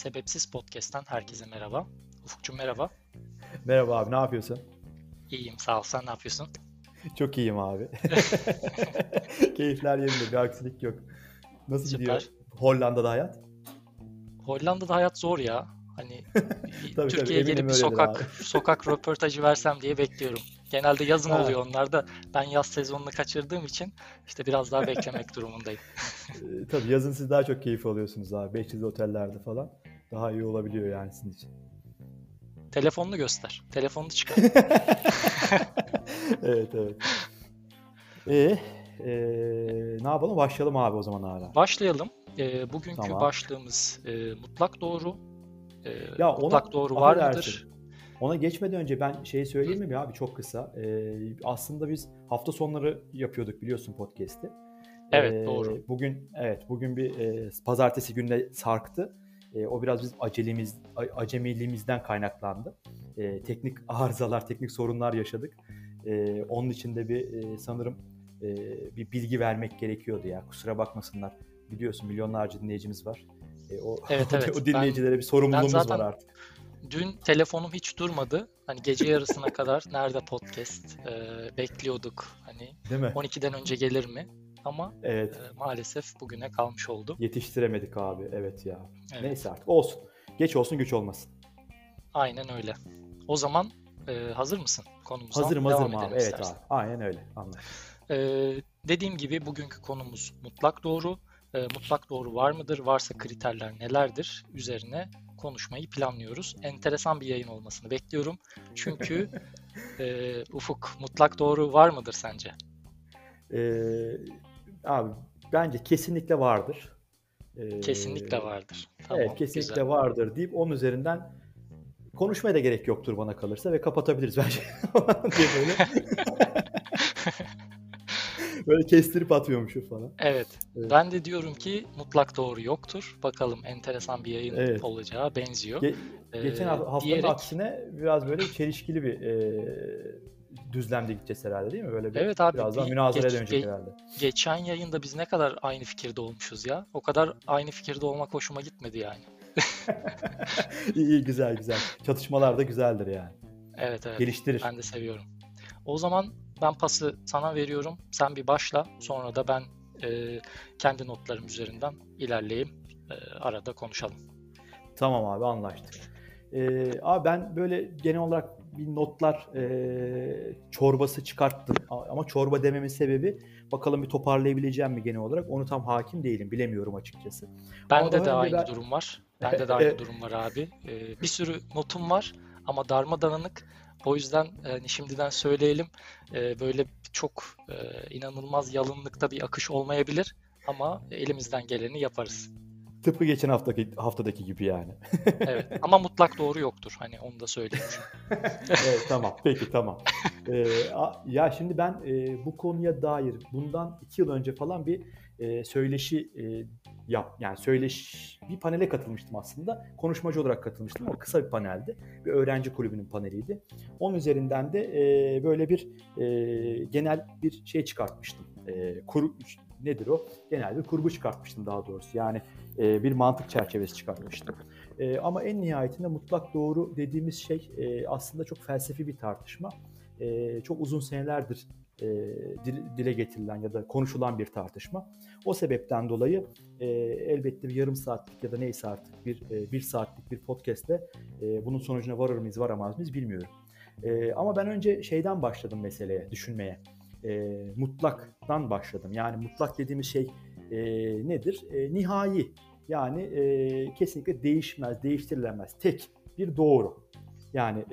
Sebepsiz Podcast'ten herkese merhaba. Ufukcuğum merhaba. Merhaba abi, ne yapıyorsun? İyiyim, sağ ol. Sen ne yapıyorsun? Çok iyiyim abi. Keyifler yerinde, bir aksilik yok. Nasıl gidiyor Süper. Hollanda'da hayat? Hollanda'da hayat zor ya. Hani Tabii Türkiye'ye eminim gelip bir öyledir abi. sokak röportajı versem diye bekliyorum. Genelde yazın Ha, oluyor onlar da. Ben yaz sezonunu kaçırdığım için işte biraz daha beklemek durumundayım. tabii yazın siz daha çok keyif alıyorsunuz abi. 5 yıldızlı otellerde falan. Daha iyi olabiliyor yani sizin için. Telefonunu göster. Telefonunu çıkar. Evet evet. E, ne yapalım? Başlayalım abi o zaman hala. Başlayalım. Bugünkü Tamam. başlığımız mutlak doğru. Ya Mutlak ona doğru var affedersin. mıdır? Ona geçmeden önce ben Hı, söyleyeyim mi abi çok kısa. Aslında biz hafta sonları yapıyorduk biliyorsun podcast'i. evet doğru. Bugün bir pazartesi gününe sarktı. O biraz bizim acemiliğimizden kaynaklandı. Teknik arızalar, teknik sorunlar yaşadık. Onun için de sanırım bir bilgi vermek gerekiyordu ya. Kusura bakmasınlar. Biliyorsun milyonlarca dinleyicimiz var. O, Evet evet. o Ben dinleyicilere bir ben sorumluluğumuz var zaten artık. dün telefonum hiç durmadı. Hani gece yarısına kadar nerede podcast bekliyorduk. Hani Değil mi? 12'den önce gelir mi? Ama Evet. maalesef bugüne kalmış oldu. Yetiştiremedik abi. Evet ya. Evet, Neyse artık olsun. Geç olsun güç olmasın. aynen öyle. O zaman hazır mısın? Konumuzdan Hazırım devam abi. edelim Evet istersen. abi. Aynen öyle. Anlaştık. E, Dediğim gibi bugünkü konumuz mutlak doğru. Mutlak doğru var mıdır? Varsa kriterler nelerdir? Üzerine konuşmayı planlıyoruz. Enteresan bir yayın olmasını bekliyorum. Çünkü Ufuk, mutlak doğru var mıdır sence? Ee, abi bence kesinlikle vardır. Ee, Kesinlikle vardır. evet Tamam, güzel. kesinlikle vardır deyip onun üzerinden konuşmaya da gerek yoktur bana kalırsa ve kapatabiliriz bence. diye böyle kestirip atıyormuşum falan. Evet, Evet. ben de diyorum ki mutlak doğru yoktur. Bakalım enteresan bir yayın Evet. olacağı benziyor. Ge- geçen haftanın Diyerek, aksine biraz böyle çelişkili bir düzlemde gideceğiz herhalde değil mi? Böyle bir evet abi biraz daha münazaraya dönecek geç, herhalde. geçen yayında biz ne kadar aynı fikirde olmuşuz ya. O kadar aynı fikirde olmak hoşuma gitmedi yani. İyi, iyi güzel güzel. Çatışmalar da güzeldir yani. Evet evet, Geliştirir. ben de seviyorum. O zaman ben pası sana veriyorum. Sen bir başla. Sonra da ben kendi notlarım üzerinden ilerleyeyim. Arada konuşalım. Tamam abi anlaştık. Abi ben böyle genel olarak bir notlar çorbası çıkarttım. Ama çorba dememin sebebi bakalım bir toparlayabileceğim mi genel olarak onu tam hakim değilim. Bilemiyorum açıkçası. Ama Bende daha de önce aynı ben durum var. Bende de aynı durum var abi. Bir sürü notum var ama darmadağınık. O yüzden hani şimdiden söyleyelim. Böyle çok inanılmaz yalınlıkta bir akış olmayabilir. Ama elimizden geleni yaparız. tıpkı geçen haftadaki gibi yani. Evet. Ama mutlak doğru yoktur. Hani onu da söyleyeyim şu an. Evet tamam peki tamam. Ya şimdi ben bu konuya dair bundan 2 yıl önce falan bir söyleşi yani bir panele katılmıştım aslında. Konuşmacı olarak katılmıştım ama kısa bir paneldi. Bir öğrenci kulübünün paneliydi. Onun üzerinden de böyle bir genel bir şey çıkartmıştım. Nedir o? Genel bir kurgu çıkartmıştım daha doğrusu. Yani bir mantık çerçevesi çıkartmıştım. Ama en nihayetinde mutlak doğru dediğimiz şey aslında çok felsefi bir tartışma. Çok uzun senelerdir dile getirilen ya da konuşulan bir tartışma. O sebepten dolayı elbette bir yarım saatlik ya da neyse artık bir saatlik bir podcast'te bunun sonucuna varır mıyız varamaz mıyız bilmiyorum. Ama ben önce şeyden başladım meseleye, düşünmeye. Mutlaktan başladım. Yani mutlak dediğimiz şey nedir? Nihai. Yani kesinlikle değişmez, değiştirilemez. Tek bir doğru. Yani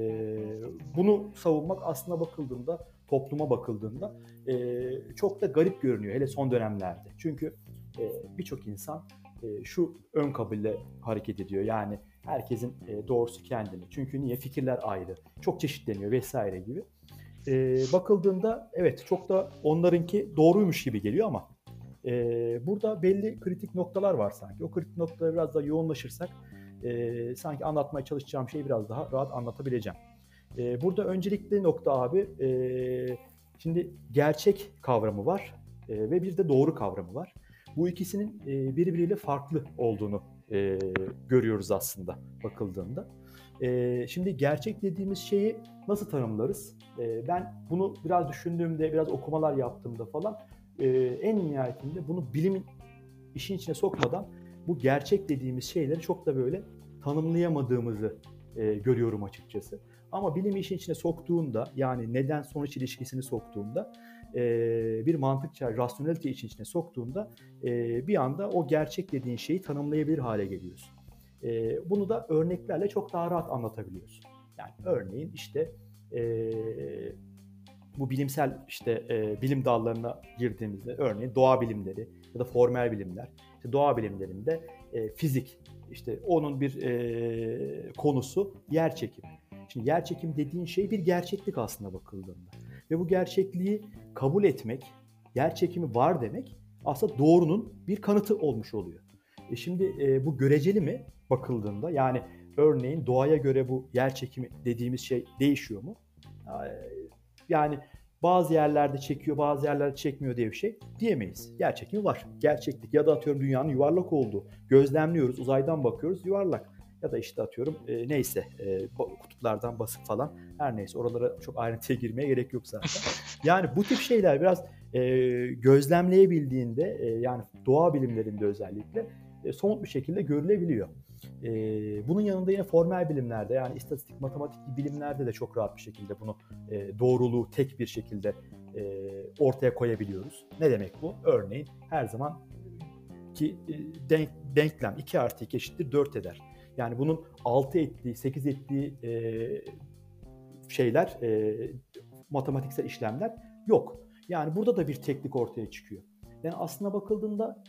bunu savunmak aslına bakıldığında, topluma bakıldığında çok da garip görünüyor. Hele son dönemlerde. Çünkü birçok insan şu ön kabulle hareket ediyor. Yani herkesin doğrusu kendini. Çünkü niye? Fikirler ayrı. Çok çeşitleniyor vesaire gibi. Bakıldığında evet çok da onlarınki doğruymuş gibi geliyor ama burada belli kritik noktalar var sanki. O kritik noktalara biraz daha yoğunlaşırsak sanki anlatmaya çalışacağım şeyi biraz daha rahat anlatabileceğim. Burada öncelikli nokta abi şimdi gerçek kavramı var ve bir de doğru kavramı var. Bu ikisinin birbiriyle farklı olduğunu görüyoruz aslında bakıldığında. Şimdi gerçek dediğimiz şeyi nasıl tanımlarız? Ben bunu biraz düşündüğümde, biraz okumalar yaptığımda falan en nihayetinde bunu bilimin işin içine sokmadan bu gerçek dediğimiz şeyleri çok da böyle tanımlayamadığımızı görüyorum açıkçası. Ama bilim işin içine soktuğunda, yani neden sonuç ilişkisini soktuğunda, bir mantıkça, rasyonelite işin içine soktuğunda bir anda o gerçek dediğin şeyi tanımlayabilir hale geliyorsun. Bunu da örneklerle çok daha rahat anlatabiliyorsun. Yani örneğin işte bu bilimsel işte bilim dallarına girdiğimizde, örneğin doğa bilimleri ya da formel bilimler. İşte doğa bilimlerinde fizik, işte onun bir konusu yer çekimi. Şimdi yer çekimi dediğin şey bir gerçeklik aslında bakıldığında. Ve bu gerçekliği kabul etmek, yer çekimi var demek aslında doğrunun bir kanıtı olmuş oluyor. Şimdi bu göreceli mi bakıldığında? Yani örneğin doğaya göre bu yer çekimi dediğimiz şey değişiyor mu? Yani bazı yerlerde çekiyor, bazı yerlerde çekmiyor diye bir şey diyemeyiz. Yer çekimi var. Gerçeklik, ya da atıyorum dünyanın yuvarlak olduğu. Gözlemliyoruz, uzaydan bakıyoruz, yuvarlak. Ya da işte atıyorum neyse kutuplardan basık falan, her neyse, oralara çok ayrıntıya girmeye gerek yok zaten. Yani bu tip şeyler biraz gözlemleyebildiğinde yani doğa bilimlerinde özellikle somut bir şekilde görülebiliyor. Bunun yanında yine formel bilimlerde, yani istatistik, matematik gibi bilimlerde de çok rahat bir şekilde bunu doğruluğu tek bir şekilde ortaya koyabiliyoruz. Ne demek bu? Örneğin her zaman ki denklem 2 + 2 = 4 eder. Yani bunun 6 ettiği, 8 ettiği şeyler, matematiksel işlemler yok. Yani burada da bir teknik ortaya çıkıyor. Yani aslına bakıldığında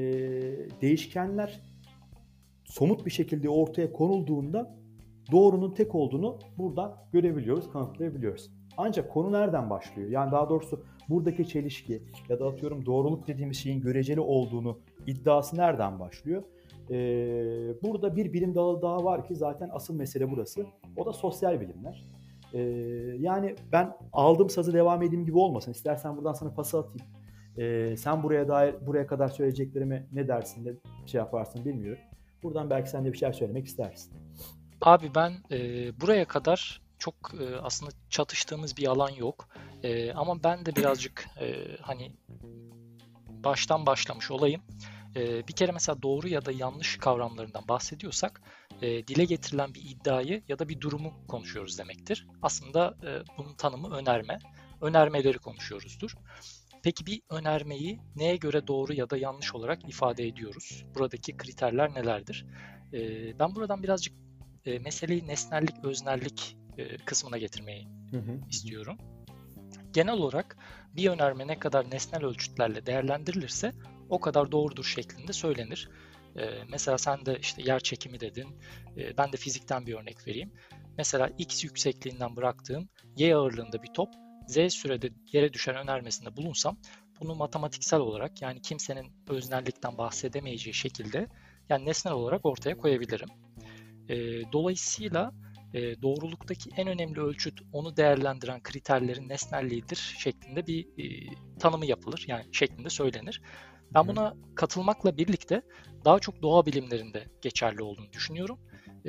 değişkenler somut bir şekilde ortaya konulduğunda doğrunun tek olduğunu burada görebiliyoruz, kanıtlayabiliyoruz. Ancak konu nereden başlıyor? Yani daha doğrusu buradaki çelişki ya da atıyorum doğruluk dediğimiz şeyin göreceli olduğunu iddiası nereden başlıyor? Burada bir bilim dalı daha var ki zaten asıl mesele burası. O da sosyal bilimler. Yani ben aldığım sazı devam edeyim gibi olmasın. İstersen buradan sana pası atayım. Sen buraya kadar söyleyeceklerime ne dersin, ne şey yaparsın bilmiyorum. Buradan belki sen de bir şeyler söylemek istersin. Abi ben buraya kadar çok aslında çatıştığımız bir alan yok. Ama ben de birazcık hani baştan başlamış olayım. Bir kere mesela doğru ya da yanlış kavramlarından bahsediyorsak dile getirilen bir iddiayı ya da bir durumu konuşuyoruz demektir. Aslında bunun tanımı önerme. Önermeleri konuşuyoruzdur. Peki bir önermeyi neye göre doğru ya da yanlış olarak ifade ediyoruz? Buradaki kriterler nelerdir? Ben buradan birazcık meseleyi nesnellik, öznellik kısmına getirmeyi istiyorum. Genel olarak bir önerme ne kadar nesnel ölçütlerle değerlendirilirse o kadar doğrudur şeklinde söylenir. Mesela sen de işte yer çekimi dedin. Ben de fizikten bir örnek vereyim. Mesela x yüksekliğinden bıraktığım y ağırlığında bir top z sürede yere düşen önermesinde bulunsam bunu matematiksel olarak, yani kimsenin öznellikten bahsedemeyeceği şekilde, yani nesnel olarak ortaya koyabilirim. Dolayısıyla doğruluktaki en önemli ölçüt onu değerlendiren kriterlerin nesnelliğidir şeklinde bir tanımı yapılır. Yani şeklinde söylenir. Ben buna katılmakla birlikte daha çok doğa bilimlerinde geçerli olduğunu düşünüyorum.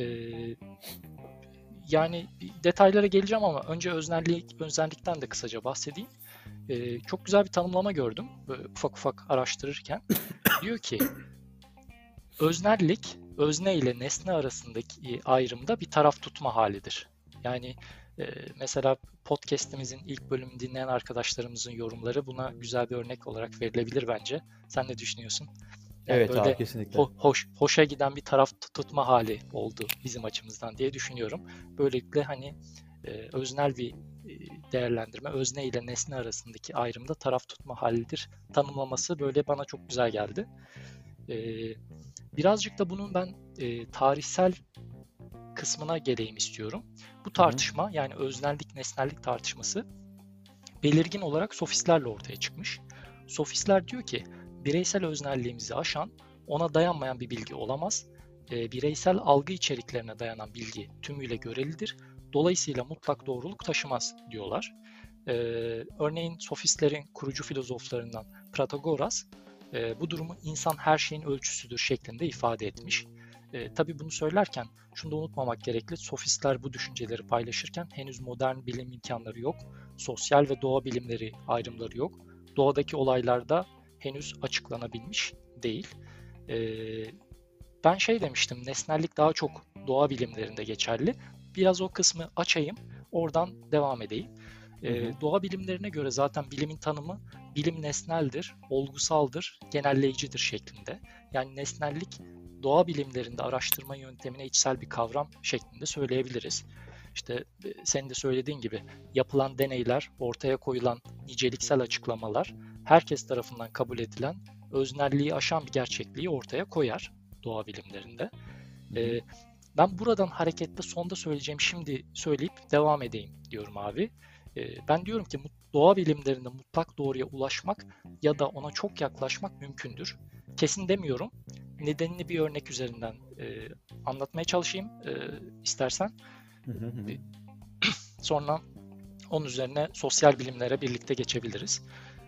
Yani detaylara geleceğim ama önce öznellikten de kısaca bahsedeyim. Çok güzel bir tanımlama gördüm böyle ufak ufak araştırırken. Diyor ki öznellik, özne ile nesne arasındaki ayrımda bir taraf tutma halidir. Yani mesela podcast'imizin ilk bölümünü dinleyen arkadaşlarımızın yorumları buna güzel bir örnek olarak verilebilir bence. Sen ne düşünüyorsun? Yani Evet böyle abi, kesinlikle. hoşa giden bir taraf tutma hali oldu bizim açımızdan diye düşünüyorum. Böylelikle hani öznel bir değerlendirme, özne ile nesne arasındaki ayrımda taraf tutma halidir tanımlaması böyle bana çok güzel geldi. Birazcık da bunun ben tarihsel kısmına geleyim istiyorum. Bu tartışma, yani öznellik nesnellik tartışması belirgin olarak sofistlerle ortaya çıkmış. Sofistler diyor ki bireysel öznelliğimizi aşan, ona dayanmayan bir bilgi olamaz. Bireysel algı içeriklerine dayanan bilgi tümüyle görelidir. Dolayısıyla mutlak doğruluk taşımaz diyorlar. Örneğin sofistlerin kurucu filozoflarından Protagoras bu durumu insan her şeyin ölçüsüdür şeklinde ifade etmiş. Tabii bunu söylerken şunu da unutmamak gerekli. Sofistler bu düşünceleri paylaşırken henüz modern bilim imkanları yok. Sosyal ve doğa bilimleri ayrımları yok. Doğadaki olaylar da henüz açıklanabilmiş değil. Ben demiştim, nesnellik daha çok doğa bilimlerinde geçerli. Biraz o kısmı açayım, oradan devam edeyim. Doğa bilimlerine göre zaten bilimin tanımı bilim nesneldir, olgusaldır, genelleyicidir şeklinde. Yani nesnellik doğa bilimlerinde araştırma yöntemine içsel bir kavram şeklinde söyleyebiliriz. İşte senin de söylediğin gibi yapılan deneyler, ortaya koyulan niceliksel açıklamalar herkes tarafından kabul edilen, öznelliği aşan bir gerçekliği ortaya koyar doğa bilimlerinde. Ben buradan hareketle sonda söyleyeceğim şimdi söyleyip devam edeyim diyorum abi. Ben diyorum ki doğa bilimlerinde mutlak doğruya ulaşmak ya da ona çok yaklaşmak mümkündür. Kesin demiyorum. Nedenini bir örnek üzerinden anlatmaya çalışayım istersen. Sonra onun üzerine sosyal bilimlere birlikte geçebiliriz.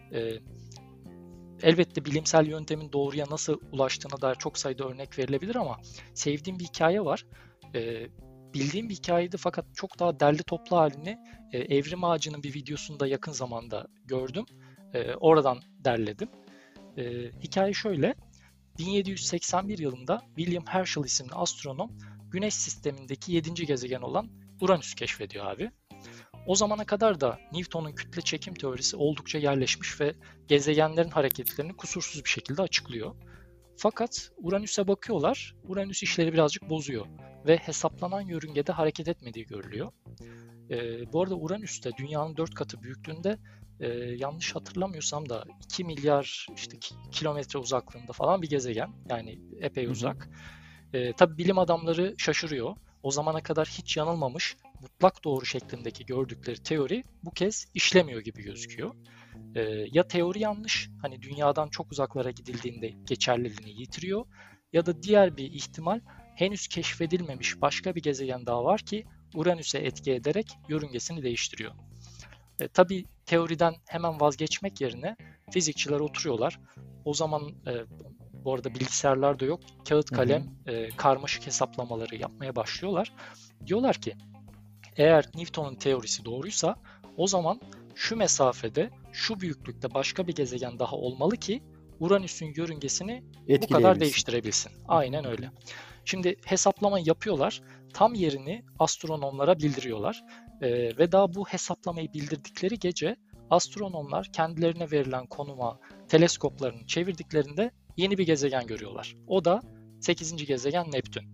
Elbette bilimsel yöntemin doğruya nasıl ulaştığına dair çok sayıda örnek verilebilir ama sevdiğim bir hikaye var. Bildiğim bir hikayeydi fakat çok daha derli toplu halini Evrim Ağacı'nın bir videosunda yakın zamanda gördüm. Oradan derledim. Hikaye şöyle. 1781 yılında William Herschel isimli astronom Güneş sistemindeki 7. gezegen olan Uranüs keşfediyor abi. O zamana kadar da Newton'un kütle çekim teorisi oldukça yerleşmiş ve gezegenlerin hareketlerini kusursuz bir şekilde açıklıyor. Fakat Uranüs'e bakıyorlar, Uranüs işleri birazcık bozuyor ve hesaplanan yörüngede hareket etmediği görülüyor. Bu arada Uranüs de dünyanın 4 katı büyüklüğünde, yanlış hatırlamıyorsam da 2 milyar kilometre uzaklığında falan bir gezegen, yani epey uzak. Tabii bilim adamları şaşırıyor. O zamana kadar hiç yanılmamış, mutlak doğru şeklindeki gördükleri teori bu kez işlemiyor gibi gözüküyor. Ya teori yanlış, hani dünyadan çok uzaklara gidildiğinde geçerliliğini yitiriyor, ya da diğer bir ihtimal henüz keşfedilmemiş başka bir gezegen daha var ki Uranüs'e etki ederek yörüngesini değiştiriyor. Tabii teoriden hemen vazgeçmek yerine fizikçiler oturuyorlar. O zaman bu arada bilgisayarlar da yok. Kağıt kalem karmaşık hesaplamaları yapmaya başlıyorlar. Diyorlar ki eğer Newton'un teorisi doğruysa o zaman şu mesafede, şu büyüklükte başka bir gezegen daha olmalı ki Uranüs'ün yörüngesini bu kadar değiştirebilsin. Aynen öyle. Şimdi hesaplama yapıyorlar. Tam yerini astronomlara bildiriyorlar. Ve daha bu hesaplamayı bildirdikleri gece astronomlar kendilerine verilen konuma teleskoplarını çevirdiklerinde yeni bir gezegen görüyorlar. O da 8. gezegen Neptün.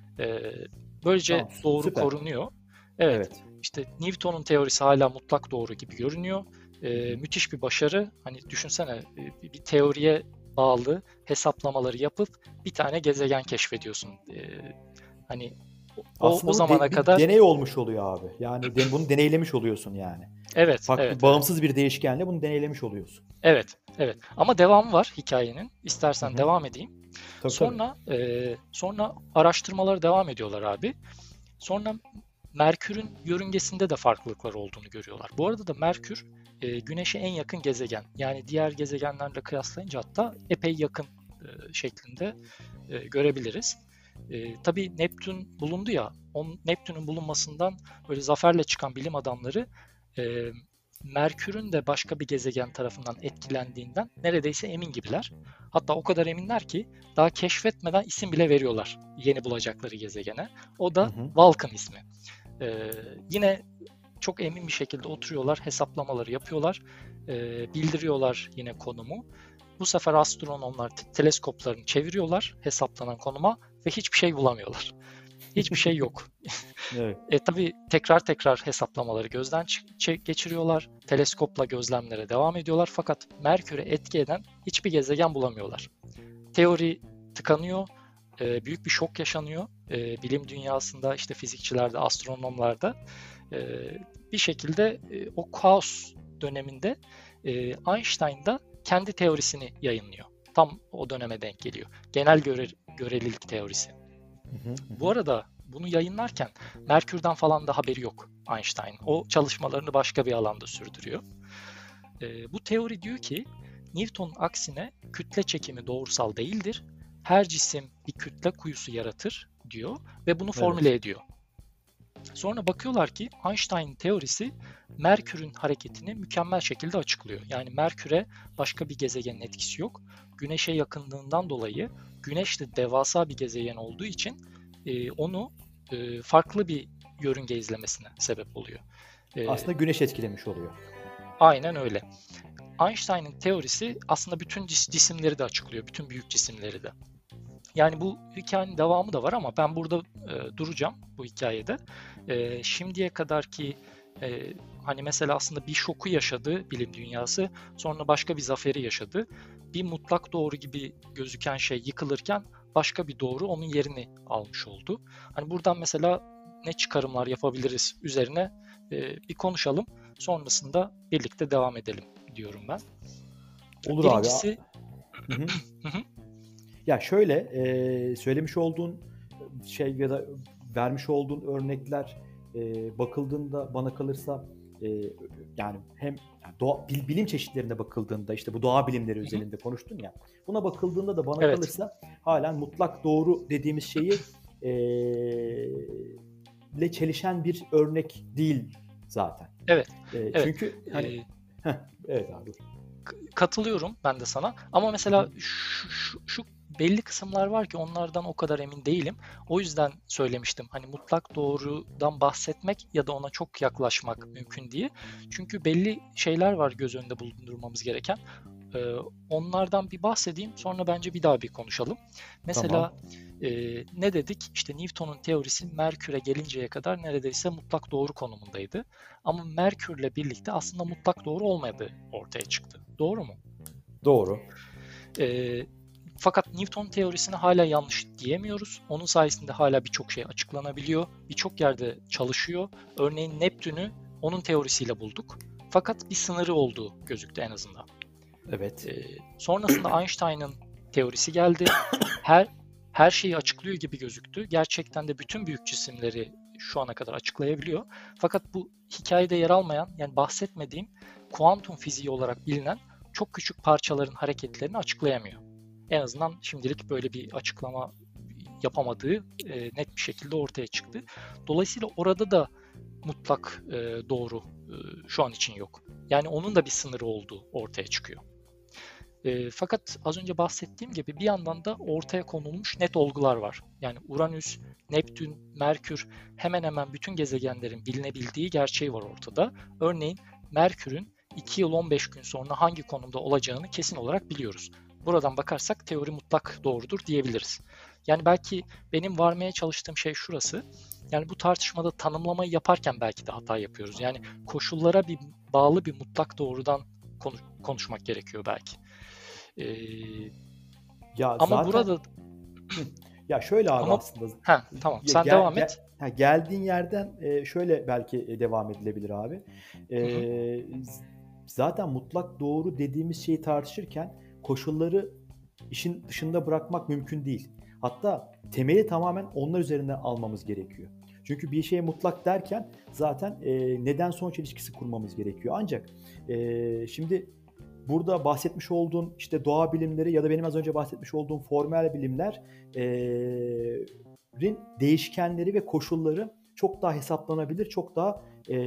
Böylece doğru süper. Korunuyor. Evet. İşte Newton'un teorisi hala mutlak doğru gibi görünüyor. Müthiş bir başarı. Hani düşünsene, bir teoriye bağlı hesaplamaları yapıp bir tane gezegen keşfediyorsun. Hani o zamana kadar deney olmuş oluyor abi. Yani bunu deneylemiş oluyorsun yani. Evet. Farklı, bağımsız bir değişkenle bunu deneylemiş oluyorsun. Evet. Ama devamı var hikayenin. İstersen devam edeyim. Tabii, Sonra araştırmaları devam ediyorlar abi. Sonra Merkür'ün yörüngesinde de farklılıklar olduğunu görüyorlar. Bu arada da Merkür Güneş'e en yakın gezegen. Yani diğer gezegenlerle kıyaslayınca hatta epey yakın şeklinde görebiliriz. Tabii Neptün bulundu ya, Neptün'ün bulunmasından böyle zaferle çıkan bilim adamları Merkür'ün de başka bir gezegen tarafından etkilendiğinden neredeyse emin gibiler. Hatta o kadar eminler ki daha keşfetmeden isim bile veriyorlar yeni bulacakları gezegene. O da Vulcan ismi. Yine çok emin bir şekilde oturuyorlar, hesaplamaları yapıyorlar, bildiriyorlar yine konumu. Bu sefer astronomlar teleskoplarını çeviriyorlar hesaplanan konuma ve hiçbir şey bulamıyorlar. Hiçbir şey yok. Evet. Tabii tekrar hesaplamaları gözden geçiriyorlar. Teleskopla gözlemlere devam ediyorlar. Fakat Merkür'e etki eden hiçbir gezegen bulamıyorlar. Teori tıkanıyor. Büyük bir şok yaşanıyor. Bilim dünyasında, işte fizikçilerde, astronomlarda. Bir şekilde o kaos döneminde Einstein da kendi teorisini yayınlıyor. Tam o döneme denk geliyor. Genel görelilik teorisi. Bu arada bunu yayınlarken Merkür'den falan da haberi yok Einstein. O çalışmalarını başka bir alanda sürdürüyor. Bu teori diyor ki Newton'un aksine kütle çekimi doğrusal değildir. her cisim bir kütle kuyusu yaratır diyor ve bunu formüle Evet. ediyor. Sonra bakıyorlar ki Einstein'ın teorisi Merkür'ün hareketini mükemmel şekilde açıklıyor. Yani Merkür'e başka bir gezegenin etkisi yok. Güneş'e yakınlığından dolayı Güneş de devasa bir gezegen olduğu için onu farklı bir yörünge izlemesine sebep oluyor. Aslında güneş etkilemiş oluyor. Aynen öyle. Einstein'ın teorisi aslında bütün cisimleri de açıklıyor, bütün büyük cisimleri de. Yani bu hikayenin devamı da var ama ben burada duracağım bu hikayede. Şimdiye kadarki hani mesela aslında bir şoku yaşadı bilim dünyası, sonra başka bir zaferi yaşadı. Bir mutlak doğru gibi gözüken şey yıkılırken başka bir doğru onun yerini almış oldu. Hani buradan mesela ne çıkarımlar yapabiliriz üzerine bir konuşalım. Sonrasında birlikte devam edelim diyorum ben. Olur abi. Birincisi Hı hı. Ya şöyle söylemiş olduğun şey ya da vermiş olduğun örnekler bakıldığında bana kalırsa e, yani hem bilim çeşitlerine bakıldığında işte bu doğa bilimleri üzerinde konuştun ya, buna bakıldığında da bana evet, kalırsa halen mutlak doğru dediğimiz şeyi e, ile çelişen bir örnek değil zaten. evet, evet. Çünkü hani evet abi. Katılıyorum ben de sana. Ama Hı hı. mesela şu belli kısımlar var ki onlardan o kadar emin değilim. O yüzden söylemiştim. Hani mutlak doğrudan bahsetmek ya da ona çok yaklaşmak mümkün diye. Çünkü belli şeyler var göz önünde bulundurmamız gereken. Onlardan bir bahsedeyim. Sonra bence bir daha bir konuşalım. Mesela Tamam. ne dedik? İşte Newton'un teorisi Merkür'e gelinceye kadar neredeyse mutlak doğru konumundaydı. Ama Merkür'le birlikte aslında mutlak doğru olmadığı ortaya çıktı. Doğru mu? Doğru. Ee, Fakat Newton teorisini hala yanlış diyemiyoruz. Onun sayesinde hala birçok şey açıklanabiliyor. Birçok yerde çalışıyor. Örneğin Neptün'ü onun teorisiyle bulduk. Fakat bir sınırı olduğu gözüktü en azından. Evet. Sonrasında Einstein'ın teorisi geldi. Her şeyi açıklıyor gibi gözüktü. Gerçekten de bütün büyük cisimleri şu ana kadar açıklayabiliyor. Fakat bu hikayede yer almayan, yani bahsetmediğim kuantum fiziği olarak bilinen çok küçük parçaların hareketlerini açıklayamıyor. En azından şimdilik böyle bir açıklama yapamadığı net bir şekilde ortaya çıktı. Dolayısıyla orada da mutlak doğru şu an için yok. Yani onun da bir sınırı olduğu ortaya çıkıyor. Fakat az önce bahsettiğim gibi bir yandan da ortaya konulmuş net olgular var. Yani Uranüs, Neptün, Merkür, hemen hemen bütün gezegenlerin bilinebildiği gerçeği var ortada. Örneğin Merkür'ün 2 yıl 15 gün sonra hangi konumda olacağını kesin olarak biliyoruz. Buradan bakarsak teori mutlak doğrudur diyebiliriz. Yani belki benim varmaya çalıştığım şey şurası. Yani bu tartışmada tanımlamayı yaparken belki de hata yapıyoruz. Yani koşullara bağlı bir mutlak doğrudan konuşmak gerekiyor belki. Ya Ama zaten burada ya şöyle abi ama aslında tamam, sen devam et. geldiğin yerden şöyle belki devam edilebilir abi. Hı hı, Zaten mutlak doğru dediğimiz şeyi tartışırken koşulları işin dışında bırakmak mümkün değil. Hatta temeli tamamen onlar üzerinden almamız gerekiyor. Çünkü bir şeye mutlak derken zaten neden sonuç ilişkisi kurmamız gerekiyor. Ancak şimdi burada bahsetmiş olduğun işte doğa bilimleri ya da benim az önce bahsetmiş olduğum formel bilimlerin değişkenleri ve koşulları çok daha hesaplanabilir, çok daha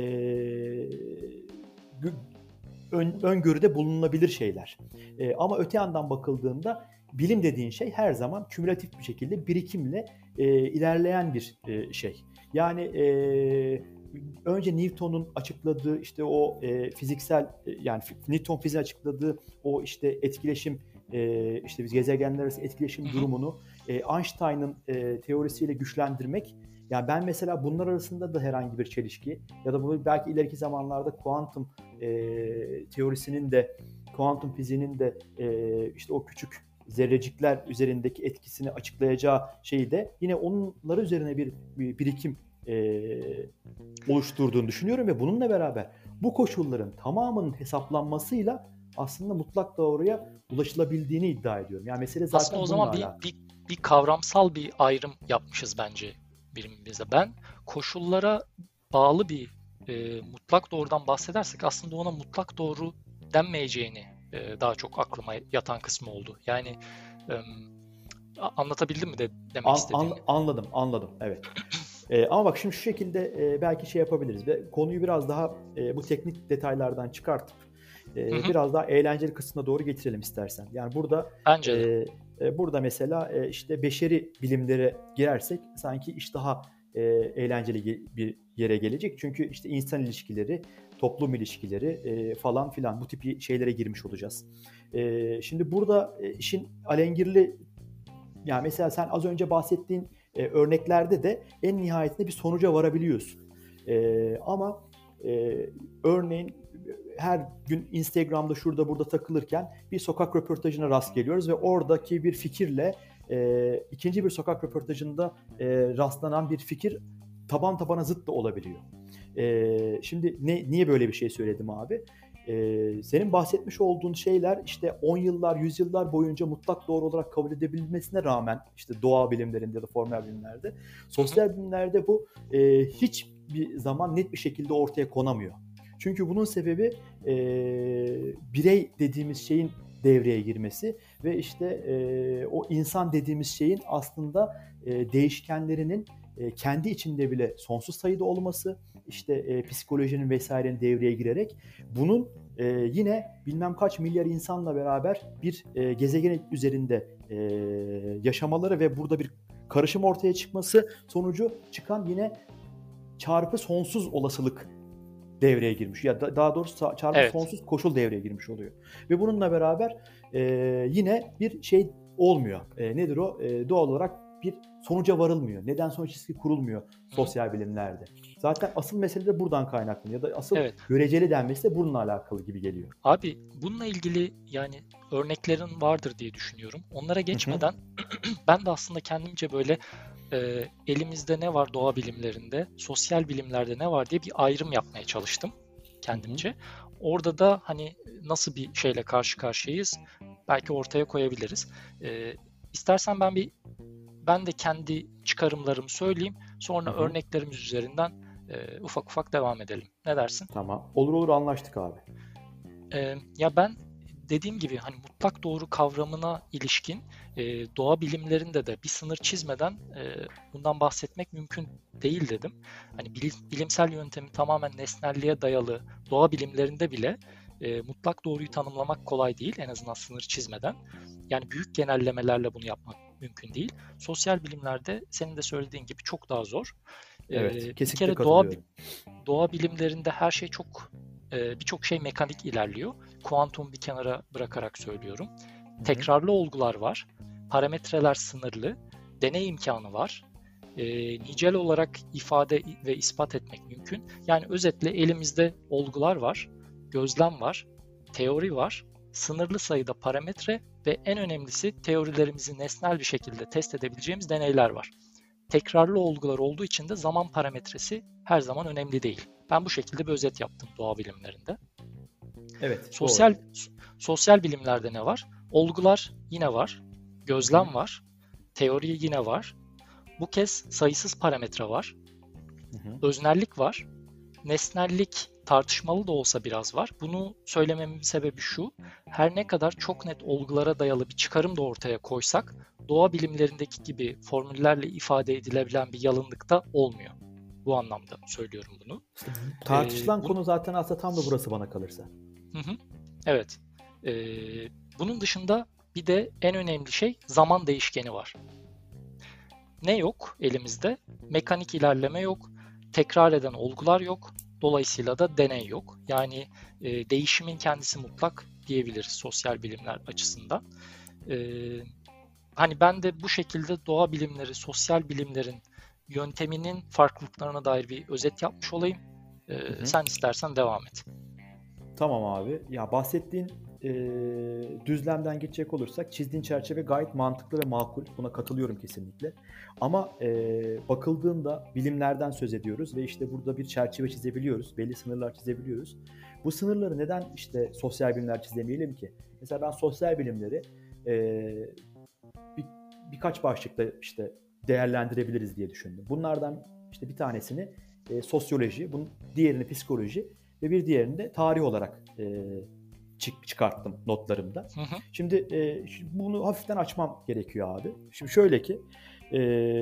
öngörüde bulunabilir şeyler. Ama öte yandan bakıldığında bilim dediğin şey her zaman kümülatif bir şekilde birikimle ilerleyen bir şey. Yani önce Newton'un açıkladığı işte o fiziksel yani Newton fiziği açıkladığı o işte etkileşim işte biz gezegenler arası etkileşim hı hı, durumunu Einstein'ın teorisiyle güçlendirmek, yani ben mesela bunlar arasında da herhangi bir çelişki ya da bunu belki ileriki zamanlarda kuantum teorisinin de kuantum fiziğinin de işte o küçük zerrecikler üzerindeki etkisini açıklayacağı şeyi de yine onları üzerine bir birikim oluşturduğunu düşünüyorum ve bununla beraber bu koşulların tamamının hesaplanmasıyla aslında mutlak doğruya ulaşılabildiğini iddia ediyorum. Yani mesele aslında o zaten bununla zaman alakalı. bir kavramsal bir ayrım yapmışız bence birimimize. Ben koşullara bağlı bir mutlak doğrudan bahsedersek aslında ona mutlak doğru denmeyeceğini daha çok aklıma yatan kısmı oldu. Yani Anlatabildim mi de demek istediğimi? Anladım. Evet. Ama bak şimdi şu şekilde belki şey yapabiliriz ve konuyu biraz daha bu teknik detaylardan çıkartıp Hı hı, biraz daha eğlenceli kısmına doğru getirelim istersen. Yani bence de. burada mesela işte beşeri bilimlere girersek sanki iş daha eğlenceli bir yere gelecek. Çünkü işte insan ilişkileri, toplum ilişkileri falan filan bu tip şeylere girmiş olacağız. Şimdi burada işin alengirli, yani mesela sen az önce bahsettiğin örneklerde de en nihayetinde bir sonuca varabiliyorsun. Ama örneğin her gün Instagram'da şurada burada takılırken bir sokak röportajına rast geliyoruz ve oradaki bir fikirle ikinci bir sokak röportajında rastlanan bir fikir taban tabana zıt da olabiliyor. Şimdi niye böyle bir şey söyledim abi? Senin bahsetmiş olduğun şeyler işte 10 yıllar, 100 yıllar boyunca mutlak doğru olarak kabul edebilmesine rağmen işte doğa bilimlerinde ya da formel bilimlerde, Hı hı, sosyal bilimlerde bu hiçbir zaman net bir şekilde ortaya konamıyor. Çünkü bunun sebebi birey dediğimiz şeyin devreye girmesi ve işte o insan dediğimiz şeyin aslında değişkenlerinin kendi içinde bile sonsuz sayıda olması, işte psikolojinin vesairenin devreye girerek bunun yine bilmem kaç milyar insanla beraber bir gezegen üzerinde yaşamaları ve burada bir karışım ortaya çıkması sonucu çıkan yine çarpı sonsuz olasılık devreye girmiş. Ya daha doğrusu çarpı evet. sonsuz koşul devreye girmiş oluyor. Ve bununla beraber yine bir şey olmuyor. Nedir o? Doğal olarak bir sonuca varılmıyor. Neden sonuç ilişkisi kurulmuyor Hı hı, sosyal bilimlerde. Zaten asıl mesele de buradan kaynaklanıyor. Ya da asıl evet. göreceli denmesi de bununla alakalı gibi geliyor. Abi bununla ilgili yani örneklerin vardır diye düşünüyorum. Onlara Hı hı. geçmeden ben de aslında kendimce böyle elimizde ne var doğa bilimlerinde, sosyal bilimlerde ne var diye bir ayrım yapmaya çalıştım Hı hı. kendimce. Orada da hani nasıl bir şeyle karşı karşıyayız belki ortaya koyabiliriz. E, istersen ben de kendi çıkarımlarımı söyleyeyim. Hı Sonra hı. örneklerimiz üzerinden ufak ufak devam edelim. Ne dersin? Tamam. Olur anlaştık abi. Ya ben dediğim gibi hani mutlak doğru kavramına ilişkin doğa bilimlerinde de bir sınır çizmeden bundan bahsetmek mümkün değil dedim. Hani bilimsel yöntemi tamamen nesnelliğe dayalı doğa bilimlerinde bile mutlak doğruyu tanımlamak kolay değil, en azından sınır çizmeden. Yani büyük genellemelerle bunu yapmak mümkün değil. Sosyal bilimlerde senin de söylediğin gibi çok daha zor. Evet. Bir Kesinlikle kere katılıyorum. doğa bilimlerinde her şey birçok şey mekanik ilerliyor. Kuantum bir kenara bırakarak söylüyorum. Hı hı. Tekrarlı olgular var. Parametreler sınırlı. Deney imkanı var. Nicel olarak ifade ve ispat etmek mümkün. Yani özetle elimizde olgular var, gözlem var, teori var, sınırlı sayıda parametre ve en önemlisi teorilerimizi nesnel bir şekilde test edebileceğimiz deneyler var. Tekrarlı olgular olduğu için de zaman parametresi her zaman önemli değil. Ben bu şekilde bir özet yaptım doğa bilimlerinde. Evet. Doğru. Sosyal sosyal bilimlerde ne var? Olgular yine var. Hı hı. Gözlem var. Teori yine var. Bu kez sayısız parametre var. Hı hı. Öznellik var. Nesnellik tartışmalı da olsa biraz var. Bunu söylememin sebebi şu: her ne kadar çok net olgulara dayalı bir çıkarım da ortaya koysak, doğa bilimlerindeki gibi formüllerle ifade edilebilen bir yalınlık da olmuyor. Bu anlamda söylüyorum bunu. İşte tartışılan Bu, konu zaten aslında tam da burası bana kalırsa. hı hı, evet. Ee, bunun dışında bir de en önemli şey zaman değişkeni var. Ne yok elimizde? Mekanik ilerleme yok, tekrar eden olgular yok, dolayısıyla da deney yok. Yani değişimin kendisi mutlak diyebiliriz sosyal bilimler açısından. E, hani ben de bu şekilde doğa bilimleri, sosyal bilimlerin yönteminin farklılıklarına dair bir özet yapmış olayım. Hı hı. Sen istersen devam et. Tamam abi. Ya bahsettiğin düzlemden geçecek olursak çizdiğin çerçeve gayet mantıklı ve makul. Buna katılıyorum kesinlikle. Ama bakıldığında bilimlerden söz ediyoruz ve işte burada bir çerçeve çizebiliyoruz. Belli sınırlar çizebiliyoruz. Bu sınırları neden işte sosyal bilimler çizemeyelim ki? Mesela ben sosyal bilimleri eee, bir, birkaç başlıkta işte değerlendirebiliriz diye düşündüm. Bunlardan işte bir tanesini sosyoloji, bunun diğerini psikoloji ve bir diğerini de tarih olarak çıkarttım notlarımda. Hı hı. Şimdi bunu hafiften açmam gerekiyor abi. Şimdi şöyle ki e,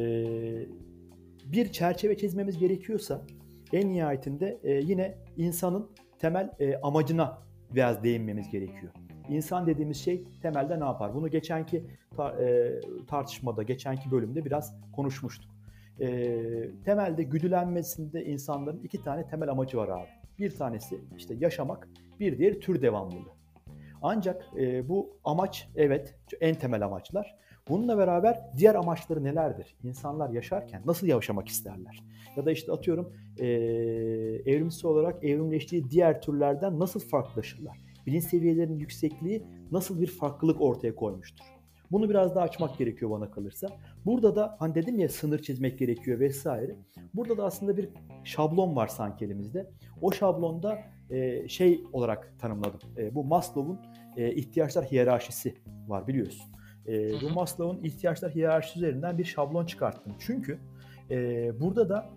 bir çerçeve çizmemiz gerekiyorsa en nihayetinde yine insanın temel amacına biraz değinmemiz gerekiyor. İnsan dediğimiz şey temelde ne yapar? Bunu geçenki tartışmada, geçenki bölümde biraz konuşmuştuk. Temelde güdülenmesinde insanların iki tane temel amacı var abi. Bir tanesi işte yaşamak, bir diğeri tür devamlılığı. Ancak bu amaç evet en temel amaçlar. Bununla beraber diğer amaçları nelerdir? İnsanlar yaşarken nasıl yaşamak isterler? Ya da işte atıyorum evrimsel olarak evrimleştiği diğer türlerden nasıl farklılaşırlar? Bilinç seviyelerinin yüksekliği nasıl bir farklılık ortaya koymuştur? Bunu biraz daha açmak gerekiyor bana kalırsa. Burada da hani dedim ya sınır çizmek gerekiyor vesaire. Burada da aslında bir şablon var sanki elimizde. O şablonda şey olarak tanımladım. Bu Maslow'un ihtiyaçlar hiyerarşisi var biliyorsun. Bu Maslow'un ihtiyaçlar hiyerarşisi üzerinden bir şablon çıkarttım. Çünkü burada da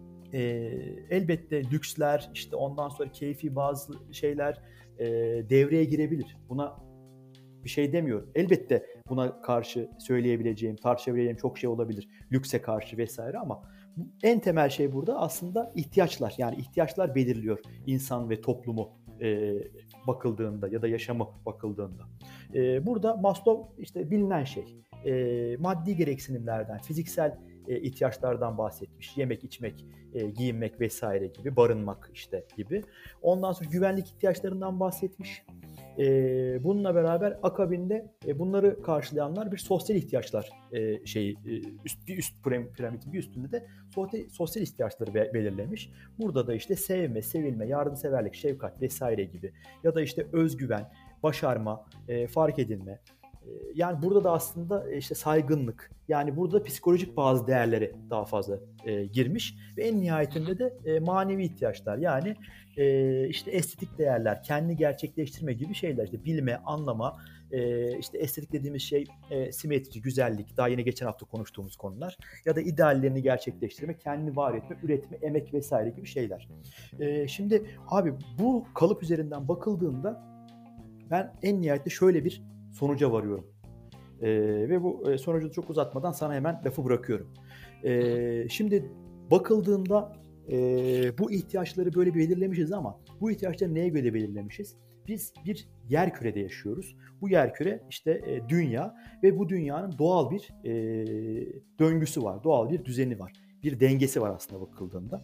elbette lüksler, işte ondan sonra keyfi bazı şeyler devreye girebilir. Buna bir şey demiyorum. Elbette buna karşı söyleyebileceğim, tartışabileceğim çok şey olabilir. Lükse karşı vesaire ama en temel şey burada aslında ihtiyaçlar. Yani ihtiyaçlar belirliyor insan ve toplumu bakıldığında ya da yaşamı bakıldığında. Burada Maslow işte bilinen şey. Maddi gereksinimlerden, fiziksel ihtiyaçlardan bahsetmiş. Yemek, içmek, giyinmek vesaire gibi, barınmak işte gibi. Ondan sonra güvenlik ihtiyaçlarından bahsetmiş. Bununla beraber akabinde bunları karşılayanlar bir sosyal ihtiyaçlar üst piramidin bir üstünde de sosyal ihtiyaçları belirlemiş. Burada da işte sevme, sevilme, yardımseverlik, şefkat vesaire gibi ya da işte özgüven, başarma, fark edilme. Yani burada da aslında işte saygınlık, yani burada psikolojik bazı değerleri daha fazla girmiş ve en nihayetinde de manevi ihtiyaçlar, yani işte estetik değerler, kendini gerçekleştirme gibi şeyler, işte bilme, anlama, işte estetik dediğimiz şey simetri, güzellik, daha yeni geçen hafta konuştuğumuz konular ya da ideallerini gerçekleştirme, kendini var etme, üretme, emek vesaire gibi şeyler. Şimdi abi bu kalıp üzerinden bakıldığında ben en nihayetinde şöyle bir sonuca varıyorum. Ve bu sonucu çok uzatmadan sana hemen lafı bırakıyorum. Şimdi bakıldığında bu ihtiyaçları böyle belirlemişiz ama bu ihtiyaçları neye göre belirlemişiz? Biz bir yerkürede yaşıyoruz. Bu yerküre işte dünya ve bu dünyanın doğal bir döngüsü var, doğal bir düzeni var. Bir dengesi var aslında bakıldığında.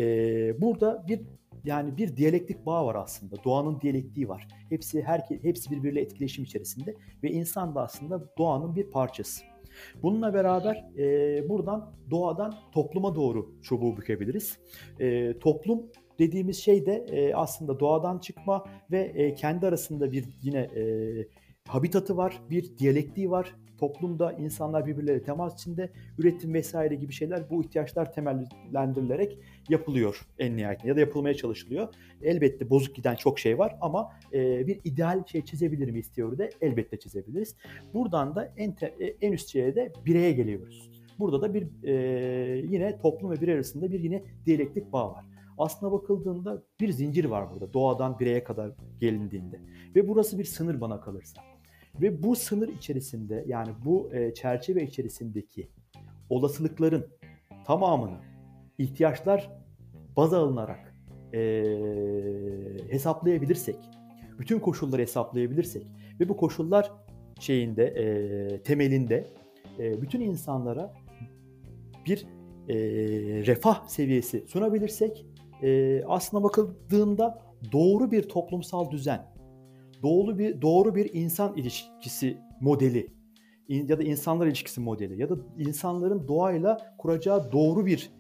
Burada bir diyalektik bağ var aslında. Doğanın diyalektiği var. Hepsi birbiriyle etkileşim içerisinde ve insan da aslında doğanın bir parçası. Bununla beraber buradan doğadan topluma doğru çubuğu bükebiliriz. Toplum dediğimiz şey de aslında doğadan çıkma ve kendi arasında bir yine habitatı var, bir diyalektiği var. Toplumda insanlar birbirleriyle temas içinde, üretim vesaire gibi şeyler, bu ihtiyaçlar temellendirilerek yapılıyor en nihayetinde ya da yapılmaya çalışılıyor. Elbette bozuk giden çok şey var ama bir ideal şey çizebilir miyiz teoride? Elbette çizebiliriz. Buradan da en üst şeye de bireye geliyoruz. Burada da yine toplum ve birey arasında bir yine diyalektik bağ var. Aslına bakıldığında bir zincir var burada doğadan bireye kadar gelindiğinde ve burası bir sınır bana kalırsa. Ve bu sınır içerisinde, yani bu çerçeve içerisindeki olasılıkların tamamını ihtiyaçlar baz alınarak hesaplayabilirsek, bütün koşulları hesaplayabilirsek ve bu koşullar temelinde bütün insanlara bir refah seviyesi sunabilirsek, aslına bakıldığında doğru bir toplumsal düzen, doğru bir insan ilişkisi modeli ya da insanlar ilişkisi modeli ya da insanların doğayla kuracağı doğru bir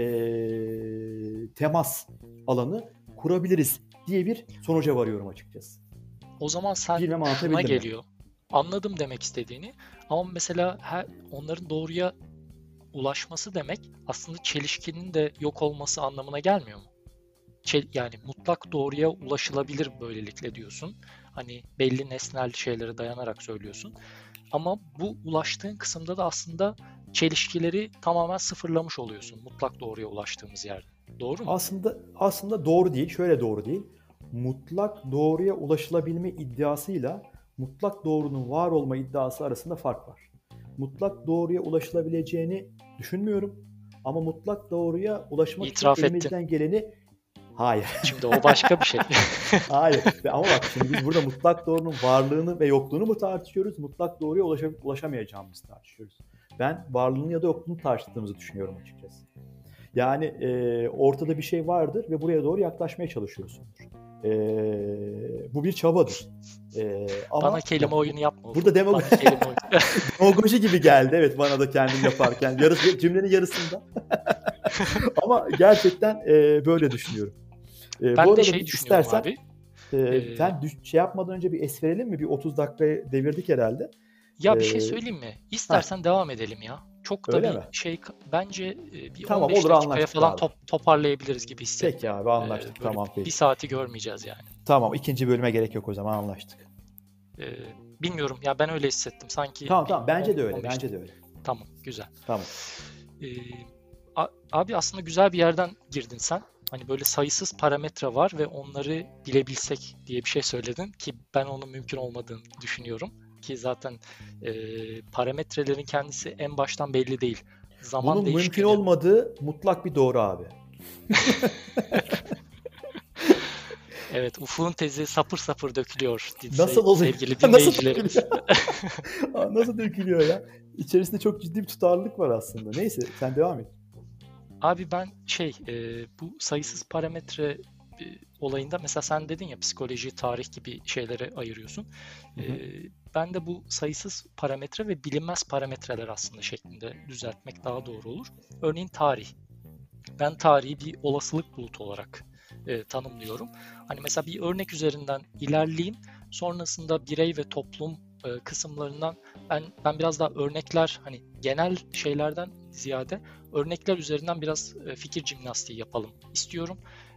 temas alanı kurabiliriz diye bir sonuca varıyorum açıkçası. O zaman şuna geliyor. Anladım demek istediğini. Ama mesela onların doğruya ulaşması demek aslında çelişkinin de yok olması anlamına gelmiyor mu? Yani mutlak doğruya ulaşılabilir böylelikle diyorsun. Hani belli nesnel şeylere dayanarak söylüyorsun. Ama bu ulaştığın kısımda da aslında çelişkileri tamamen sıfırlamış oluyorsun mutlak doğruya ulaştığımız yerde. Doğru mu? Aslında doğru değil. Şöyle doğru değil. mutlak doğruya ulaşılabilme iddiasıyla mutlak doğrunun var olma iddiası arasında fark var. Mutlak doğruya ulaşılabileceğini düşünmüyorum ama mutlak doğruya ulaşmak için İtiraf ettin. elimizden geleni hayır. Şimdi o başka bir şey. Hayır. Ama bak şimdi biz burada mutlak doğrunun varlığını ve yokluğunu mu tartışıyoruz? Mutlak doğruya ulaşamayacağımızı tartışıyoruz. Ben varlığını ya da yokluğunu tartıştığımızı düşünüyorum açıkçası. Yani ortada bir şey vardır ve buraya doğru yaklaşmaya çalışıyorsundur. Bu bir çabadır. Ama Bana kelime oyunu yapma. burada Kelime oyunu. demagoji gibi geldi. Evet, bana da kendim yaparken. Cümlenin yarısında. Ama gerçekten böyle düşünüyorum. Ben bu arada de şey düşünüyorum istersen, abi. sen şey yapmadan önce bir es verelim mi? Bir 30 dakikaya devirdik herhalde. Ya bir şey söyleyeyim mi? İstersen devam edelim ya. Çok da Öyle bir mi? şey bence bir Tamam, 15 olur, dakikaya anlaştık falan abi. toparlayabiliriz gibi hissettim. Peki abi, anlaştık. Böyle Tamam, bir peki. saati görmeyeceğiz yani. Tamam, ikinci bölüme gerek yok o zaman, anlaştık. Bilmiyorum ya, ben öyle hissettim sanki. Tamam, bence de öyle. 15 Bence de öyle. Tamam, güzel. Tamam. Abi aslında güzel bir yerden girdin sen. Hani böyle sayısız parametre var ve onları bilebilsek diye bir şey söyledin ki ben onun mümkün olmadığını düşünüyorum. Ki zaten parametrelerin kendisi en baştan belli değil. Zaman Bunun değişkeni. mümkün olmadığı mutlak bir doğru abi. Evet, Ufuk'un tezi sapır sapır dökülüyor. Nasıl oluyor? Sevgili Nasıl dinleyicilerimiz. dökülüyor? Nasıl dökülüyor ya? İçerisinde çok ciddi bir tutarlılık var aslında. Neyse, sen devam et. Abi ben bu sayısız parametre olayında mesela sen dedin ya, psikoloji, tarih gibi şeylere ayırıyorsun. Ben de bu sayısız parametre ve bilinmez parametreler aslında şeklinde düzeltmek daha doğru olur. Örneğin tarih. Ben tarihi bir olasılık bulutu olarak tanımlıyorum. Hani mesela bir örnek üzerinden ilerleyeyim. Sonrasında birey ve toplum kısımlarından ben biraz daha örnekler, hani genel şeylerden ziyade örnekler üzerinden biraz fikir jimnastiği yapalım istiyorum.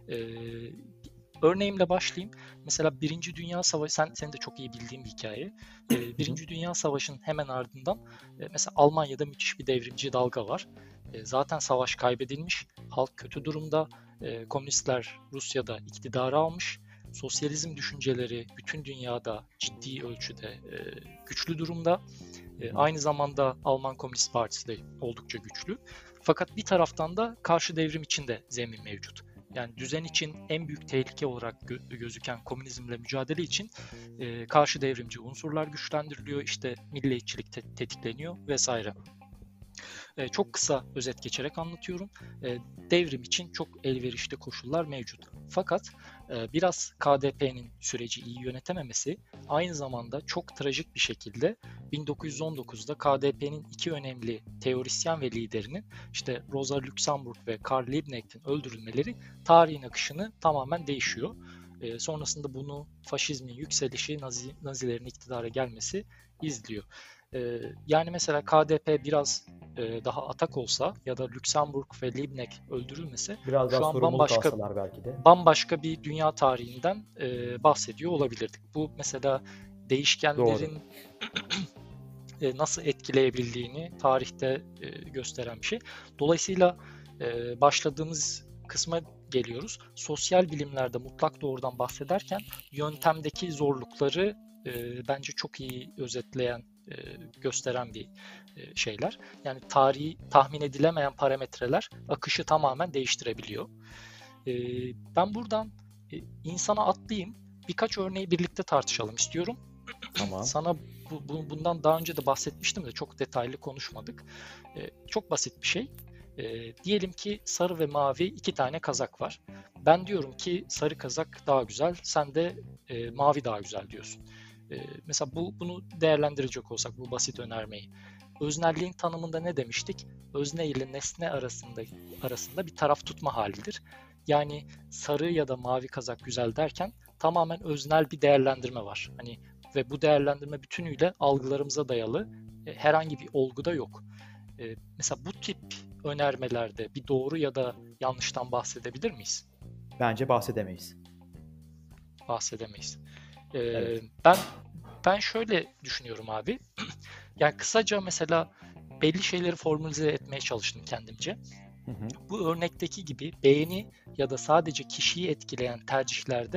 Örneğimle başlayayım. Mesela Birinci Dünya Savaşı, senin de çok iyi bildiğin bir hikaye. Birinci Dünya Savaşı'nın hemen ardından mesela Almanya'da müthiş bir devrimci dalga var. Zaten savaş kaybedilmiş, halk kötü durumda, komünistler Rusya'da iktidarı almış, sosyalizm düşünceleri bütün dünyada ciddi ölçüde güçlü durumda. Aynı zamanda Alman Komünist Partisi de oldukça güçlü. Fakat bir taraftan da karşı devrim için de zemin mevcut. Yani düzen için en büyük tehlike olarak gözüken komünizmle mücadele için karşı devrimci unsurlar güçlendiriliyor, işte milliyetçilik tetikleniyor vesaire. Çok kısa özet geçerek anlatıyorum. Devrim için çok elverişli koşullar mevcut. Fakat biraz KDP'nin süreci iyi yönetememesi, aynı zamanda çok trajik bir şekilde 1919'da KDP'nin iki önemli teorisyen ve liderinin, işte Rosa Luxemburg ve Karl Liebknecht'in öldürülmeleri tarihin akışını tamamen değişiyor. Sonrasında bunu faşizmin yükselişi, Nazilerin iktidara gelmesi izliyor. Yani mesela KDP biraz daha atak olsa ya da Luxemburg ve Liebknecht öldürülmese Biraz daha şu an sorumluluk alsalar belki de. bambaşka bir dünya tarihinden bahsediyor olabilirdik. Bu mesela değişkenlerin nasıl etkileyebildiğini tarihte gösteren bir şey. Dolayısıyla başladığımız kısma geliyoruz. Sosyal bilimlerde mutlak doğrudan bahsederken yöntemdeki zorlukları bence çok iyi özetleyen, gösteren bir şeyler. Yani tarihi tahmin edilemeyen parametreler akışı tamamen değiştirebiliyor. Ben buradan insana atlayayım. Birkaç örneği birlikte tartışalım istiyorum. Tamam. Sana bundan daha önce de bahsetmiştim de çok detaylı konuşmadık. Çok basit bir şey. Diyelim ki sarı ve mavi iki tane kazak var. Ben diyorum ki sarı kazak daha güzel, sen de mavi daha güzel diyorsun. Mesela bunu değerlendirecek olsak bu basit önermeyi. Öznelliğin tanımında ne demiştik? Özne ile nesne arasında bir taraf tutma halidir. Yani sarı ya da mavi kazak güzel derken tamamen öznel bir değerlendirme var. Hani ve bu değerlendirme bütünüyle algılarımıza dayalı, herhangi bir olguda yok. Mesela bu tip önermelerde bir doğru ya da yanlıştan bahsedebilir miyiz? Bence bahsedemeyiz. Bahsedemeyiz. Evet. Ben şöyle düşünüyorum abi. Yani kısaca mesela belli şeyleri formülize etmeye çalıştım kendimce. Bu örnekteki gibi beğeni ya da sadece kişiyi etkileyen tercihlerde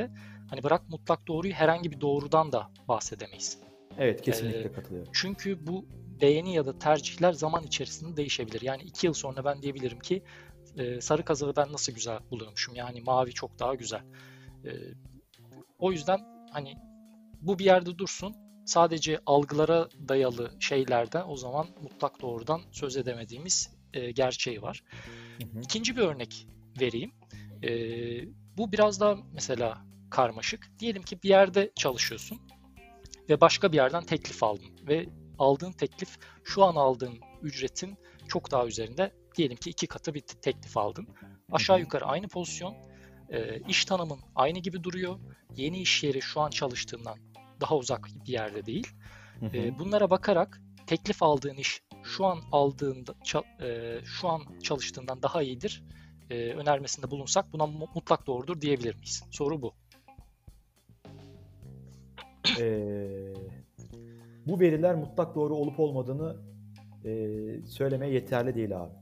Hani bırak mutlak doğruyu, herhangi bir doğrudan da bahsedemeyiz. Evet, kesinlikle katılıyorum. Çünkü bu beğeni ya da tercihler zaman içerisinde değişebilir. Yani 2 yıl sonra ben diyebilirim ki sarı kazağı ben nasıl güzel buluyormuşum. Yani mavi çok daha güzel. E, O yüzden hani bu bir yerde dursun. Sadece algılara dayalı şeylerden o zaman mutlak doğrudan söz edemediğimiz gerçeği var. Hı hı. İkinci bir örnek vereyim. E, Bu biraz daha mesela karmaşık. Diyelim ki bir yerde çalışıyorsun ve başka bir yerden teklif aldın ve aldığın teklif şu an aldığın ücretin çok daha üzerinde, diyelim ki 2 katı bir teklif aldın. Aşağı yukarı aynı pozisyon, iş tanımın aynı gibi duruyor. Yeni iş yeri şu an çalıştığından daha uzak bir yerde değil. Hı hı. Bunlara bakarak teklif aldığın iş şu an aldığında şu an çalıştığından daha iyidir önermesinde bulunsak buna mutlak doğrudur diyebilir miyiz? Soru bu. Ee, Bu veriler mutlak doğru olup olmadığını söylemeye yeterli değil abi.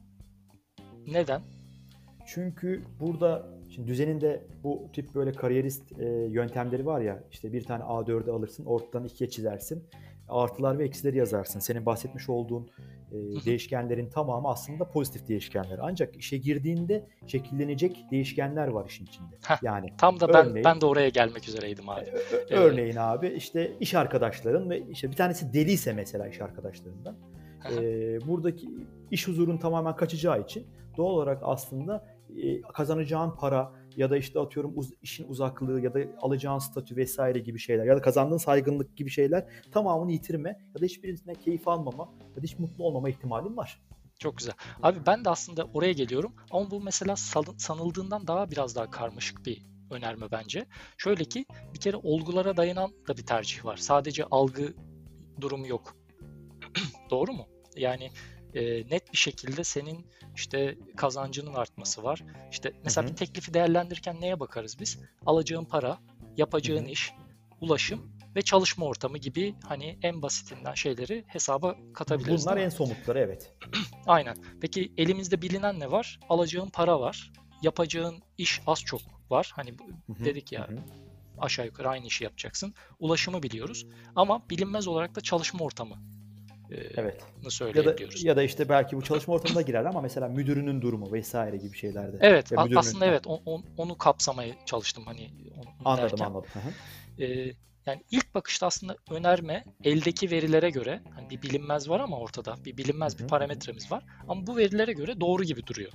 Neden? Çünkü burada şimdi düzeninde bu tip böyle kariyerist yöntemleri var ya, işte bir tane A4'ü alırsın, ortadan ikiye çizersin, artılar ve eksileri yazarsın. Senin bahsetmiş olduğun değişkenlerin tamamı aslında pozitif değişkenler. Ancak işe girdiğinde şekillenecek değişkenler var işin içinde. Heh, Yani tam da örneğin ben de oraya gelmek üzereydim abi. örneğin abi, işte iş arkadaşların ve işte bir tanesi deliyse mesela iş arkadaşlarından, buradaki iş huzurun tamamen kaçacağı için doğal olarak aslında kazanacağın para ya da işte atıyorum işin uzaklığı ya da alacağın statü vesaire gibi şeyler ya da kazandığın saygınlık gibi şeyler tamamını yitirme ya da hiçbirisinden keyif almama ya da hiç mutlu olmama ihtimalin var. Çok güzel. Abi ben de aslında oraya geliyorum ama bu mesela sanıldığından biraz daha karmaşık bir önerme bence. Şöyle ki bir kere olgulara dayanan da bir tercih var. Sadece algı durumu yok. Doğru mu? Yani net bir şekilde senin işte kazancının artması var. İşte Hı mesela hı. bir teklifi değerlendirirken neye bakarız biz? Alacağın para, Hı yapacağın hı. iş, ulaşım ve çalışma ortamı gibi hani en basitinden şeyleri hesaba katabiliriz, Bunlar değil mi? en somutları, evet. Aynen. Peki elimizde bilinen ne var? Alacağın para var. Yapacağın iş az çok var. Hani Hı hı. dedik Hı ya, hı. aşağı yukarı aynı işi yapacaksın. Ulaşımı biliyoruz. Ama bilinmez olarak da çalışma ortamı Evet. söyleyebiliyoruz. Ya da işte belki bu çalışma ortamına girer ama mesela müdürünün durumu vesaire gibi şeylerde Evet, ve müdürünün aslında evet onu kapsamaya çalıştım hani onu anladım derken. anladım. Hı hı. Yani ilk bakışta aslında önerme eldeki verilere göre, hani bir bilinmez var ama ortada bir Hı bilinmez bir hı. Hı hı. parametremiz var. Ama bu verilere göre doğru gibi duruyor.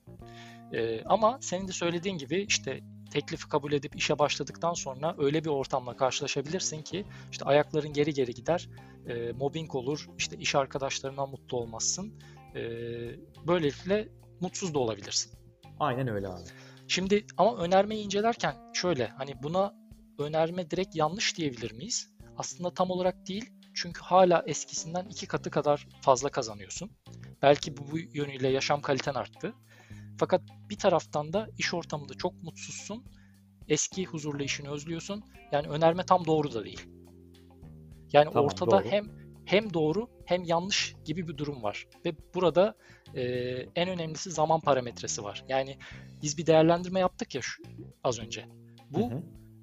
Ama senin de söylediğin gibi işte teklifi kabul edip işe başladıktan sonra öyle bir ortamla karşılaşabilirsin ki işte ayakların geri geri gider, mobbing olur, işte iş arkadaşlarından mutlu olmazsın. E, Böylelikle mutsuz da olabilirsin. Aynen öyle abi. Şimdi ama önermeyi incelerken şöyle, hani buna önerme direkt yanlış diyebilir miyiz? Aslında tam olarak değil. Çünkü hala eskisinden 2 katı kadar fazla kazanıyorsun. Belki bu yönüyle yaşam kaliten arttı. Fakat bir taraftan da iş ortamında çok mutsuzsun. Eski huzurlu işini özlüyorsun. Yani önerme tam doğru da değil. Yani Tamam, ortada doğru. hem doğru hem yanlış gibi bir durum var. Ve burada e, en önemlisi zaman parametresi var. Yani biz bir değerlendirme yaptık ya az önce. Hı Bu hı.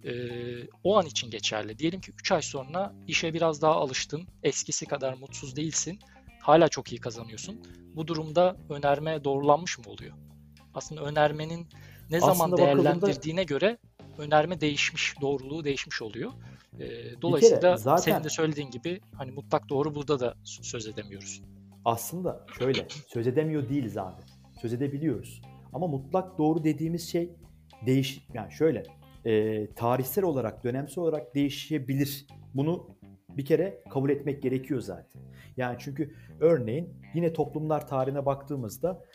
o an için geçerli. Diyelim ki 3 ay sonra işe biraz daha alıştın. Eskisi kadar mutsuz değilsin. Hala çok iyi kazanıyorsun. Bu durumda önerme doğrulanmış mı oluyor? Aslında önermenin ne zaman Aslında bakıldığında değerlendirdiğine göre önerme değişmiş, doğruluğu değişmiş oluyor. bir kere Dolayısıyla senin de zaten söylediğin gibi hani mutlak doğru burada da söz edemiyoruz. aslında şöyle söz edemiyor değiliz abi. Söz edebiliyoruz. Ama mutlak doğru dediğimiz şey yani şöyle tarihsel olarak, dönemsel olarak değişebilir. Bunu bir kere kabul etmek gerekiyor zaten. Yani çünkü örneğin yine toplumlar tarihine baktığımızda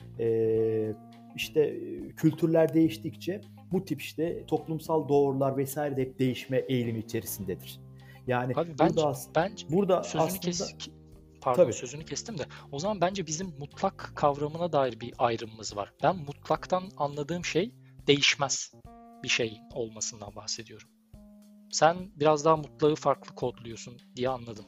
işte kültürler değiştikçe bu tip işte toplumsal doğrular vesaire de hep değişme eğilimi içerisindedir. Yani Abi burada bence burada sözünü aslında kes pardon tabii. sözünü kestim de o zaman bence bizim mutlak kavramına dair bir ayrımımız var. Ben mutlaktan anladığım şey değişmez bir şey olmasından bahsediyorum. Sen biraz daha mutlağı farklı kodluyorsun diye anladım.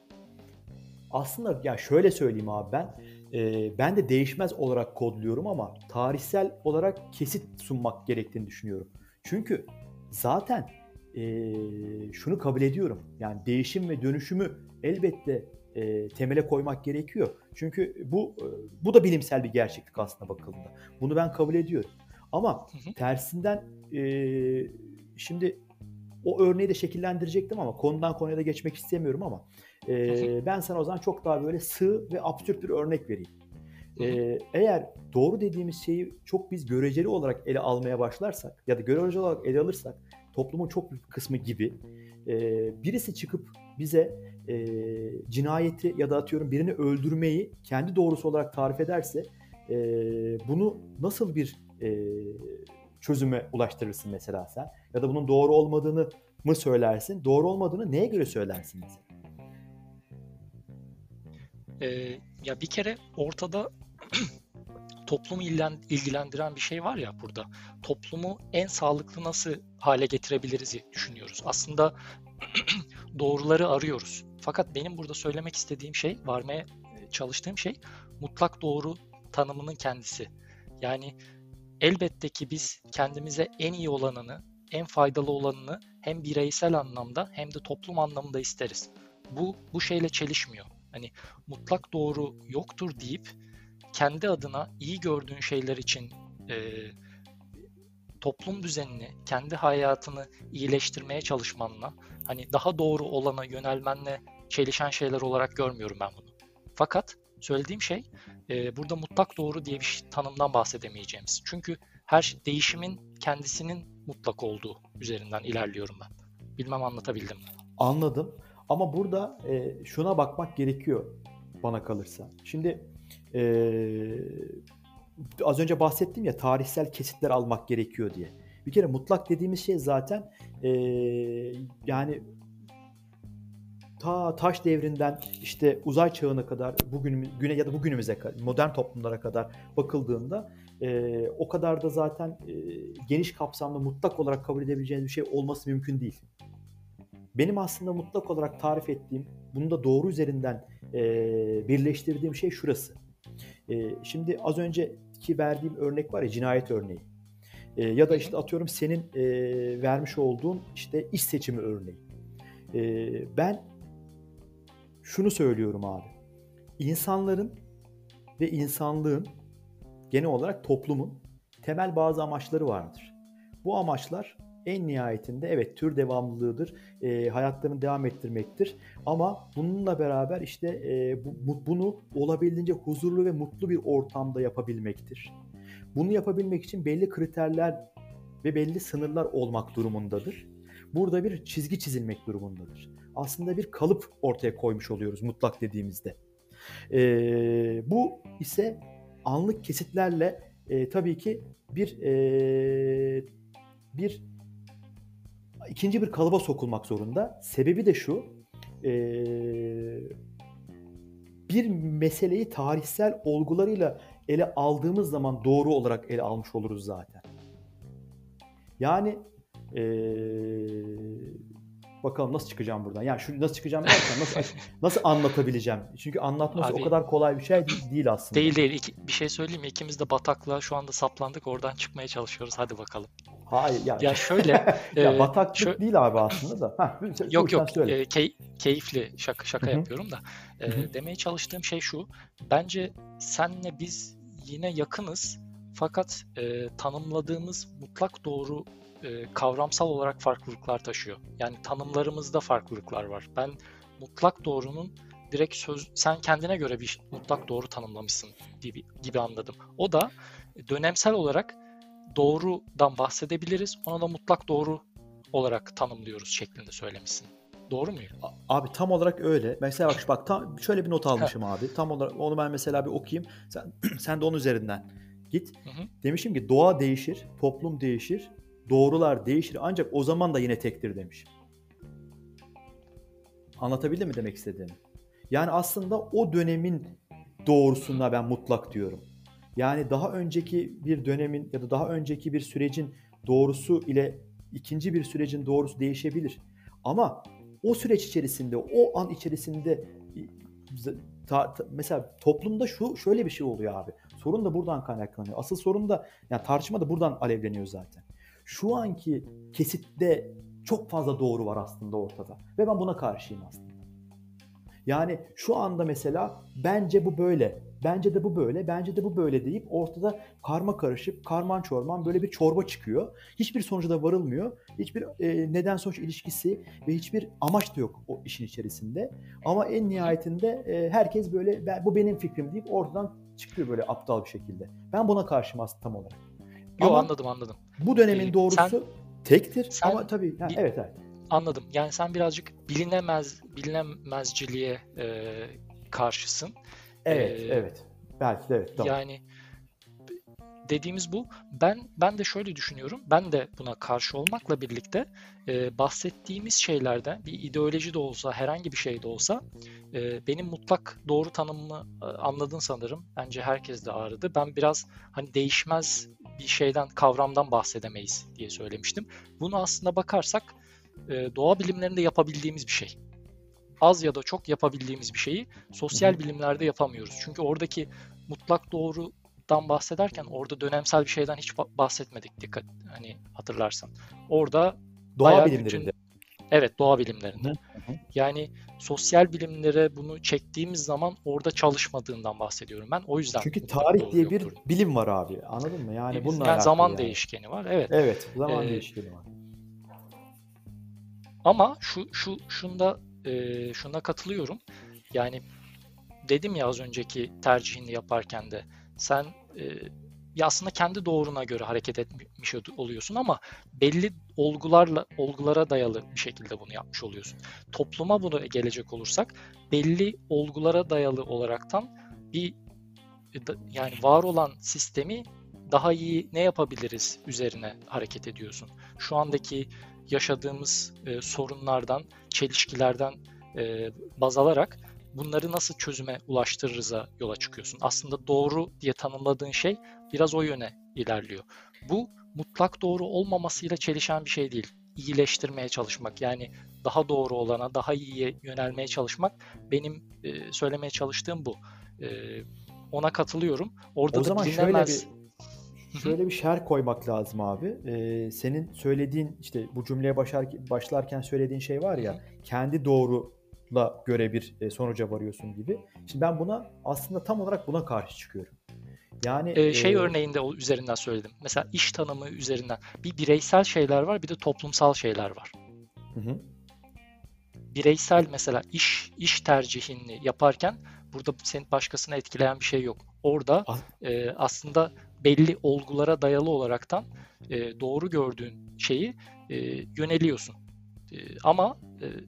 Aslında ya şöyle söyleyeyim abi, ben de değişmez olarak kodluyorum ama tarihsel olarak kesit sunmak gerektiğini düşünüyorum. Çünkü zaten şunu kabul ediyorum. Yani değişim ve dönüşümü elbette temele koymak gerekiyor. Çünkü bu da bilimsel bir gerçeklik aslında bakıldığında. Bunu ben kabul ediyorum. Ama Hı hı. tersinden şimdi o örneği de şekillendirecektim ama konudan konuya da geçmek istemiyorum ama Hı hı. ben sana o zaman çok daha böyle sığ ve absürt bir örnek vereyim. Hı hı. Eğer doğru dediğimiz şeyi çok biz göreceli olarak ele almaya başlarsak ya da göreceli olarak ele alırsak toplumun çok büyük bir kısmı gibi birisi çıkıp bize cinayeti ya da atıyorum birini öldürmeyi kendi doğrusu olarak tarif ederse bunu nasıl bir çözüme ulaştırırsın mesela sen? Ya da bunun doğru olmadığını mı söylersin? Doğru olmadığını neye göre söylersin mesela? Ya bir kere ortada toplumu ilgilendiren bir şey var ya burada. Toplumu en sağlıklı nasıl hale getirebiliriz düşünüyoruz. Aslında doğruları arıyoruz. Fakat benim burada söylemek istediğim şey, varmaya çalıştığım şey mutlak doğru tanımının kendisi. Yani elbette ki biz kendimize en iyi olanını, en faydalı olanını hem bireysel anlamda hem de toplum anlamında isteriz. Bu şeyle çelişmiyor. Hani mutlak doğru yoktur deyip kendi adına iyi gördüğün şeyler için e, toplum düzenini, kendi hayatını iyileştirmeye çalışmanla, hani daha doğru olana yönelmenle çelişen şeyler olarak görmüyorum ben bunu. Fakat söylediğim şey burada mutlak doğru diye bir tanımdan bahsedemeyeceğimiz. Çünkü değişimin kendisinin mutlak olduğu üzerinden ilerliyorum ben. Bilmem anlatabildim mi? Anladım. Ama burada şuna bakmak gerekiyor bana kalırsa. Şimdi e, az önce bahsettim ya tarihsel kesitler almak gerekiyor diye. Bir kere mutlak dediğimiz şey zaten e, yani ta taş devrinden işte uzay çağına kadar güne ya da bugünümüze kadar modern toplumlara kadar bakıldığında o kadar da zaten geniş kapsamlı mutlak olarak kabul edebileceğiniz bir şey olması mümkün değil. Benim aslında mutlak olarak tarif ettiğim, bunu da doğru üzerinden birleştirdiğim şey şurası. Şimdi az önceki verdiğim örnek var ya cinayet örneği. Ya da işte atıyorum senin vermiş olduğun işte iş seçimi örneği. Ben şunu söylüyorum abi. İnsanların ve insanlığın genel olarak toplumun temel bazı amaçları vardır. Bu amaçlar en nihayetinde evet tür devamlılığıdır, hayatlarını devam ettirmektir. Ama bununla beraber işte bunu olabildiğince huzurlu ve mutlu bir ortamda yapabilmektir. Bunu yapabilmek için belli kriterler ve belli sınırlar olmak durumundadır. Burada bir çizgi çizilmek durumundadır. Aslında bir kalıp ortaya koymuş oluyoruz mutlak dediğimizde. Bu ise anlık kesitlerle tabii ki bir ikinci bir kalıba sokulmak zorunda. Sebebi de şu, e, bir meseleyi tarihsel olgularıyla ele aldığımız zaman doğru olarak ele almış oluruz zaten. Yani bakalım nasıl çıkacağım buradan. Yani şu nasıl çıkacağım derken nasıl anlatabileceğim? Çünkü anlatması o Abi kadar kolay bir şey değil aslında. değil. Bir şey söyleyeyim mi? İkimiz de bataklığa şu anda saplandık. Oradan çıkmaya çalışıyoruz. Hadi bakalım. Hayır ya. Ya şöyle, Ya e, bataklık değil abi aslında da. Buyur yok sen yok, söyle. keyifli şaka Hı-hı. yapıyorum da. Hı-hı. Demeye çalıştığım şey şu. Bence senle biz yine yakınız. Fakat tanımladığımız mutlak doğru kavramsal olarak farklılıklar taşıyor. Yani tanımlarımızda farklılıklar var. Ben mutlak doğrunun direkt sen kendine göre bir mutlak doğru tanımlamışsın gibi anladım. O da dönemsel olarak doğrudan bahsedebiliriz. Ona da mutlak doğru olarak tanımlıyoruz şeklinde söylemişsin. Doğru muyum? Abi tam olarak öyle. Mesela bak şöyle bir not Heh. almışım abi. Tam olarak onu ben mesela bir okuyayım. Sen de onun üzerinden git. Hı hı. Demişim ki doğa değişir, toplum değişir, doğrular değişir ancak o zaman da yine tektir demişim. Anlatabildim mi demek istediğimi? Yani aslında o dönemin doğrusuna ben mutlak diyorum. Yani daha önceki bir dönemin ya da daha önceki bir sürecin doğrusu ile ikinci bir sürecin doğrusu değişebilir. Ama o süreç içerisinde, o an içerisinde mesela toplumda şöyle bir şey oluyor abi. Sorun da buradan kaynaklanıyor. Asıl sorun da yani tartışma da buradan alevleniyor zaten. Şu anki kesitte Çok fazla doğru var aslında ortada. Ve ben buna karşıyım aslında. Yani şu anda mesela bence bu böyle, bence de bu böyle, bence de bu böyle deyip ortada karma karışık, karman çorman böyle bir çorba çıkıyor. Hiçbir sonuca da varılmıyor. Hiçbir neden sonuç ilişkisi ve hiçbir amaç da yok o işin içerisinde. Ama en Hı hı. nihayetinde herkes böyle bu benim fikrim deyip oradan çıkıyor böyle aptal bir şekilde. Ben buna karşıyım aslında tam olarak. Yo, Ama anladım. bu dönemin Sen doğrusu tektir ama sen tabii bir evet evet. anladım. Yani sen birazcık bilinemezciliğe karşısın. Evet, E, evet. Belki de evet, tamam. Yani dediğimiz bu. Ben de şöyle düşünüyorum. Ben de buna karşı olmakla birlikte bahsettiğimiz şeylerde bir ideoloji de olsa, herhangi bir şey de olsa benim mutlak doğru tanımımı anladın sanırım. Bence herkes de ağrıdı. Ben biraz hani değişmez bir şeyden, kavramdan bahsedemeyiz diye söylemiştim. Bunu aslında bakarsak doğa bilimlerinde yapabildiğimiz bir şey. Az ya da çok yapabildiğimiz bir şeyi Hı hı. sosyal bilimlerde yapamıyoruz. Çünkü oradaki mutlak doğrudan bahsederken orada dönemsel bir şeyden hiç bahsetmedik, dikkat hani hatırlarsan. Orada Doğa bayağı bilimlerinde. bütün, evet, doğa Hı bilimlerinde. hı. Yani sosyal bilimlere bunu çektiğimiz zaman orada çalışmadığından bahsediyorum ben. O yüzden Çünkü mutlak tarih doğru diye bir yoktur. bilim var abi. Anladın mı? Yani bununla Yani alakalı zaman yani. değişkeni var. Evet. Evet, zaman Ee, değişikliği var. Ama şunda katılıyorum. Yani dedim ya az önceki tercihini yaparken de sen e, ya aslında kendi doğruna göre hareket etmiş oluyorsun ama belli olgulara dayalı bir şekilde bunu yapmış oluyorsun. Topluma bunu gelecek olursak belli olgulara dayalı olaraktan bir yani var olan sistemi daha iyi ne yapabiliriz üzerine hareket ediyorsun. Şu andaki yaşadığımız sorunlardan, çelişkilerden baz alarak bunları nasıl çözüme ulaştırırız'a yola çıkıyorsun. Aslında doğru diye tanımladığın şey biraz o yöne ilerliyor. Bu mutlak doğru olmamasıyla çelişen bir şey değil. İyileştirmeye çalışmak, yani daha doğru olana, daha iyiye yönelmeye çalışmak, benim söylemeye çalıştığım bu. E, Ona katılıyorum. O Orada da zaman şöyle bir bilinemez. Hı hı, şöyle bir şerh koymak lazım abi. Senin söylediğin işte bu cümleye başlarken söylediğin şey var hı ya, hı. kendi doğrula göre bir sonuca varıyorsun gibi. Şimdi ben buna aslında tam olarak buna karşı çıkıyorum. Yani Şey örneğinde üzerinden söyledim. Mesela iş tanımı üzerinden. Bir bireysel şeyler var, bir de toplumsal şeyler var. hı hı. Bireysel mesela iş tercihini yaparken burada senin başkasını etkileyen bir şey yok. Orada A- aslında belli olgulara dayalı olaraktan doğru gördüğün şeyi yöneliyorsun. Ama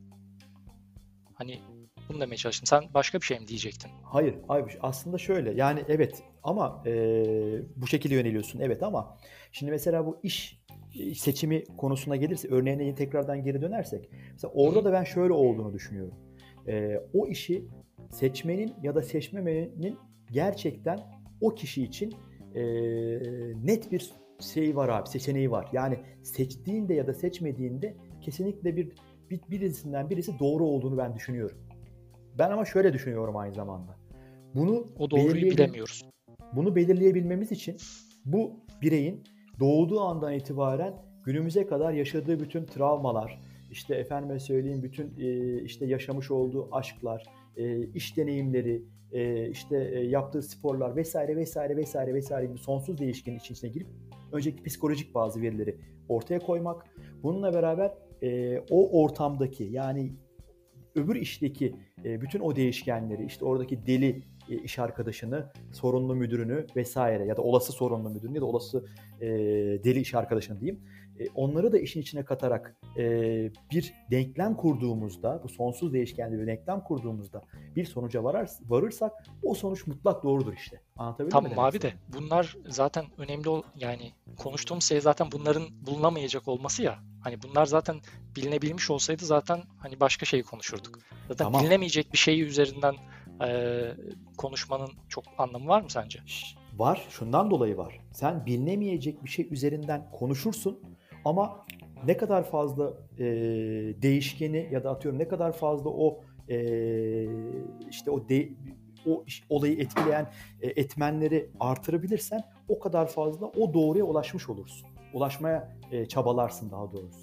hani bunu demeye çalıştım. Sen başka bir şey mi diyecektin? Hayır, hayır. Aslında şöyle. Yani evet ama bu şekilde yöneliyorsun. Evet ama şimdi mesela bu iş seçimi konusuna gelirse örneğine tekrardan geri dönersek mesela Hı orada hı. da ben şöyle olduğunu düşünüyorum. O işi seçmenin ya da seçmemenin gerçekten o kişi için net bir şey var abi, seçeneği var. Yani seçtiğinde ya da seçmediğinde kesinlikle birisi doğru olduğunu ben düşünüyorum. Ben ama şöyle düşünüyorum aynı zamanda. Bunu O doğruyu belirleyebil bilemiyoruz. bunu belirleyebilmemiz için bu bireyin doğduğu andan itibaren günümüze kadar yaşadığı bütün travmalar, işte efendime söyleyeyim bütün işte yaşamış olduğu aşklar, iş deneyimleri, işte yaptığı sporlar vesaire vesaire vesaire vesaire gibi sonsuz değişkenin içine girip öncelikle psikolojik bazı verileri ortaya koymak. Bununla beraber o ortamdaki yani öbür işteki bütün o değişkenleri, işte oradaki deli iş arkadaşını, sorunlu müdürünü vesaire ya da olası sorunlu müdürünü ya da olası deli iş arkadaşını diyeyim. Onları da işin içine katarak bir denklem kurduğumuzda, bu sonsuz değişkenli bir denklem kurduğumuzda bir sonuca varırsak o sonuç mutlak doğrudur işte. Anlatabildim mi Tamam demek abi de istediğimi? bunlar zaten önemli yani konuştuğumuz şey zaten bunların bulunamayacak olması ya. Hani bunlar zaten bilinebilmiş olsaydı zaten hani başka şeyi konuşurduk. Zaten Tamam. bilinemeyecek bir şeyi üzerinden konuşmanın çok anlamı var mı sence? Var, şundan dolayı var. Sen bilinemeyecek bir şey üzerinden konuşursun ama ne kadar fazla değişkeni ya da atıyorum ne kadar fazla o işte olayı etkileyen etmenleri artırabilirsen o kadar fazla o doğruya ulaşmış olursun. Ulaşmaya çabalarsın daha doğrusu.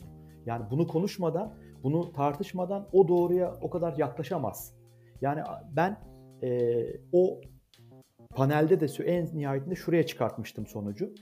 Yani bunu konuşmadan, bunu tartışmadan o doğruya o kadar yaklaşamaz. Yani ben o panelde de en nihayetinde şuraya çıkartmıştım sonucu.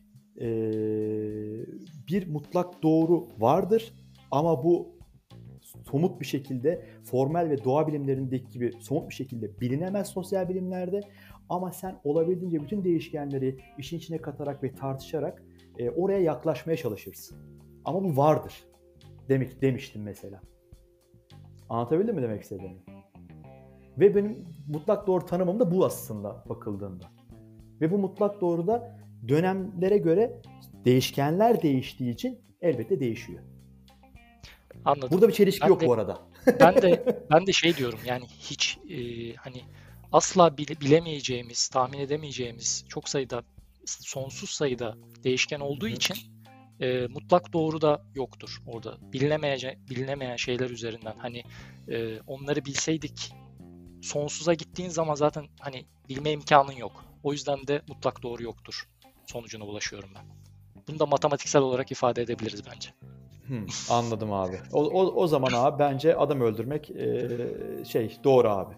Bir mutlak doğru vardır ama bu somut bir şekilde formel ve doğa bilimlerindeki gibi somut bir şekilde bilinemez sosyal bilimlerde, ama sen olabildiğince bütün değişkenleri işin içine katarak ve tartışarak oraya yaklaşmaya çalışırsın. Ama bu vardır demiştim mesela. Anlatabildim mi demek istediğimi? Ve benim mutlak doğru tanımım da bu aslında bakıldığında. Ve bu mutlak doğru da dönemlere göre değişkenler değiştiği için elbette değişiyor. Anladım. Burada bir çelişki yok bu arada. Ben de şey diyorum, yani hiç hani asla bilemeyeceğimiz, tahmin edemeyeceğimiz çok sayıda, sonsuz sayıda değişken olduğu için mutlak doğru da yoktur orada. Bilinemeyen şeyler üzerinden hani onları bilseydik, sonsuza gittiğin zaman zaten hani bilme imkanın yok. O yüzden de mutlak doğru yoktur sonucuna ulaşıyorum ben. Bunu da matematiksel olarak ifade edebiliriz bence. Anladım abi. O zaman abi bence adam öldürmek doğru abi.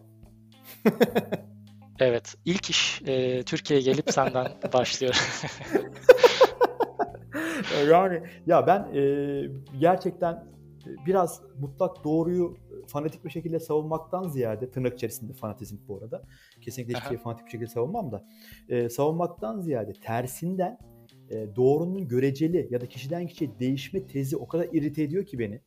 Evet, ilk iş Türkiye'ye gelip senden başlıyor. Yani ya ben gerçekten biraz mutlak doğruyu fanatik bir şekilde savunmaktan ziyade, tırnak içerisinde fanatizm bu arada, kesinlikle hiçbir şeyi fanatik bir şekilde savunmam da, savunmaktan ziyade tersinden doğrunun göreceli ya da kişiden kişiye değişme tezi o kadar irite ediyor ki beni.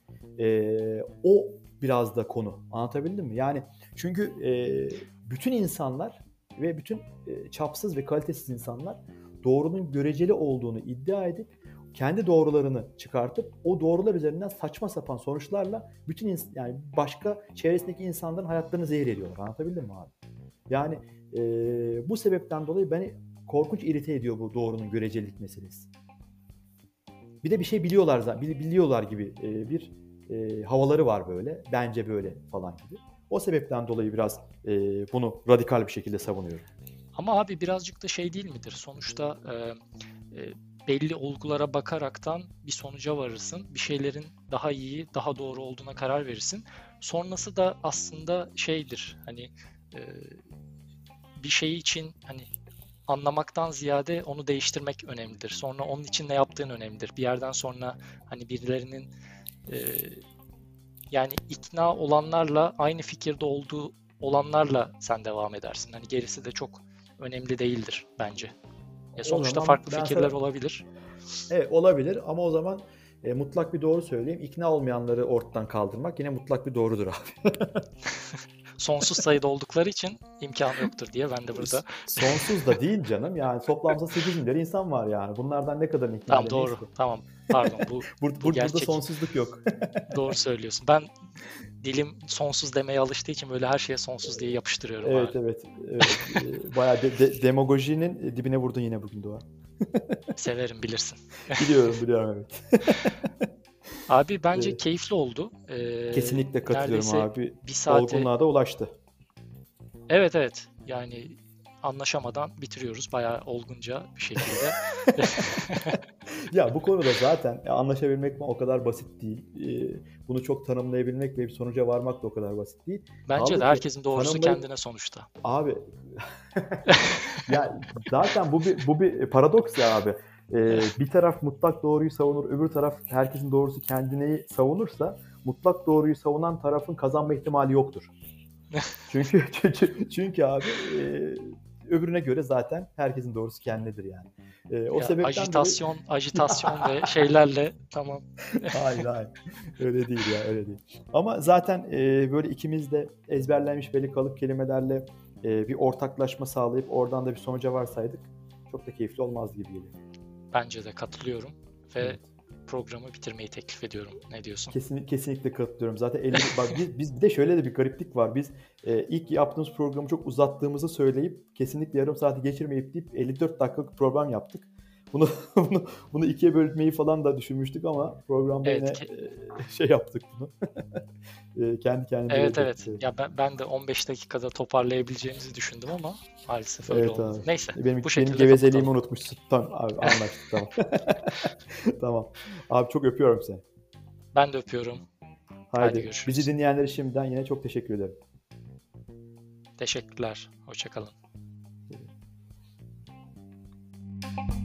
O biraz da konu. Anlatabildim mi? Yani çünkü bütün insanlar ve bütün çapsız ve kalitesiz insanlar doğrunun göreceli olduğunu iddia edip kendi doğrularını çıkartıp o doğrular üzerinden saçma sapan sonuçlarla bütün yani başka çevresindeki insanların hayatlarını zehir ediyorlar. Anlatabildim mi abi? Yani bu sebepten dolayı beni korkunç irite ediyor bu doğrunun görecelilik meselesi. Bir de bir şey biliyorlar gibi bir havaları var böyle. Bence böyle falan gibi. O sebepten dolayı biraz bunu radikal bir şekilde savunuyorum. Ama abi birazcık da şey değil midir? Sonuçta belli olgulara bakaraktan bir sonuca varırsın. Bir şeylerin daha iyi, daha doğru olduğuna karar verirsin. Sonrası da aslında şeydir. Hani bir şey için hani anlamaktan ziyade onu değiştirmek önemlidir. Sonra onun için ne yaptığın önemlidir. Bir yerden sonra hani birilerinin yani ikna olanlarla aynı fikirde olduğu olanlarla sen devam edersin. Hani gerisi de çok önemli değildir bence. Sonuçta farklı fikirler olabilir. Evet, olabilir ama o zaman mutlak bir doğru söyleyeyim. İkna olmayanları ortadan kaldırmak yine mutlak bir doğrudur abi. Sonsuz sayıda oldukları için imkanı yoktur diye ben de burada. Sonsuz da değil canım. Yani toplamda 8 milyar insan var yani. Bunlardan ne kadar ikna edemeyiz doğru. Ki? Tamam. Pardon. Bu burada sonsuzluk yok. Doğru söylüyorsun. Ben dilim sonsuz demeye alıştığı için böyle her şeye sonsuz diye yapıştırıyorum. Evet, abi. Evet. Bayağı demagojinin dibine vurdun yine bugün Doğa. Severim, bilirsin. Biliyorum evet. Abi bence keyifli oldu. Kesinlikle katılıyorum abi. Bir saate... Olgunluğa da ulaştı. Evet. Yani anlaşamadan bitiriyoruz bayağı olgunca bir şekilde. Ya bu konuda zaten anlaşabilmek o kadar basit değil. Bunu çok tanımlayabilmek ve bir sonuca varmak da o kadar basit değil. Bence de herkesin doğrusu kendine sonuçta. Abi ya zaten bu bir paradoks ya abi. Bir taraf mutlak doğruyu savunur, öbür taraf herkesin doğrusu kendini savunursa mutlak doğruyu savunan tarafın kazanma ihtimali yoktur. Çünkü abi öbürüne göre zaten herkesin doğrusu kendidir yani. O sebepten ajitasyon ve şeylerle tamam. Hayır. Öyle değil. Ama zaten böyle ikimiz de ezberlenmiş belli kalıp kelimelerle bir ortaklaşma sağlayıp oradan da bir sonuca varsaydık çok da keyifli olmazdı gibi geliyor. Bence de katılıyorum ve programı bitirmeyi teklif ediyorum. Ne diyorsun? Kesinlikle katılıyorum. Zaten bak biz bir de şöyle de bir gariplik var. Biz ilk yaptığımız programı çok uzattığımızı söyleyip kesinlikle yarım saati geçirmeyip deyip 54 dakikalık program yaptık. Bunu ikiye bölmeyi falan da düşünmüştük ama programda yine yaptık bunu. Kendi kendine. Evet. Ya ben de 15 dakikada toparlayabileceğimizi düşündüm ama maalesef öyle olmadı. Abi. Neyse. Benim gevezeliğimi unutmuşsun. Tamam abi, anlaştık tamam. Tamam. Abi çok öpüyorum seni. Ben de öpüyorum. Haydi görüşürüz. Bizi dinleyenlere şimdiden yine çok teşekkür ederim. Teşekkürler. Hoşça kalın.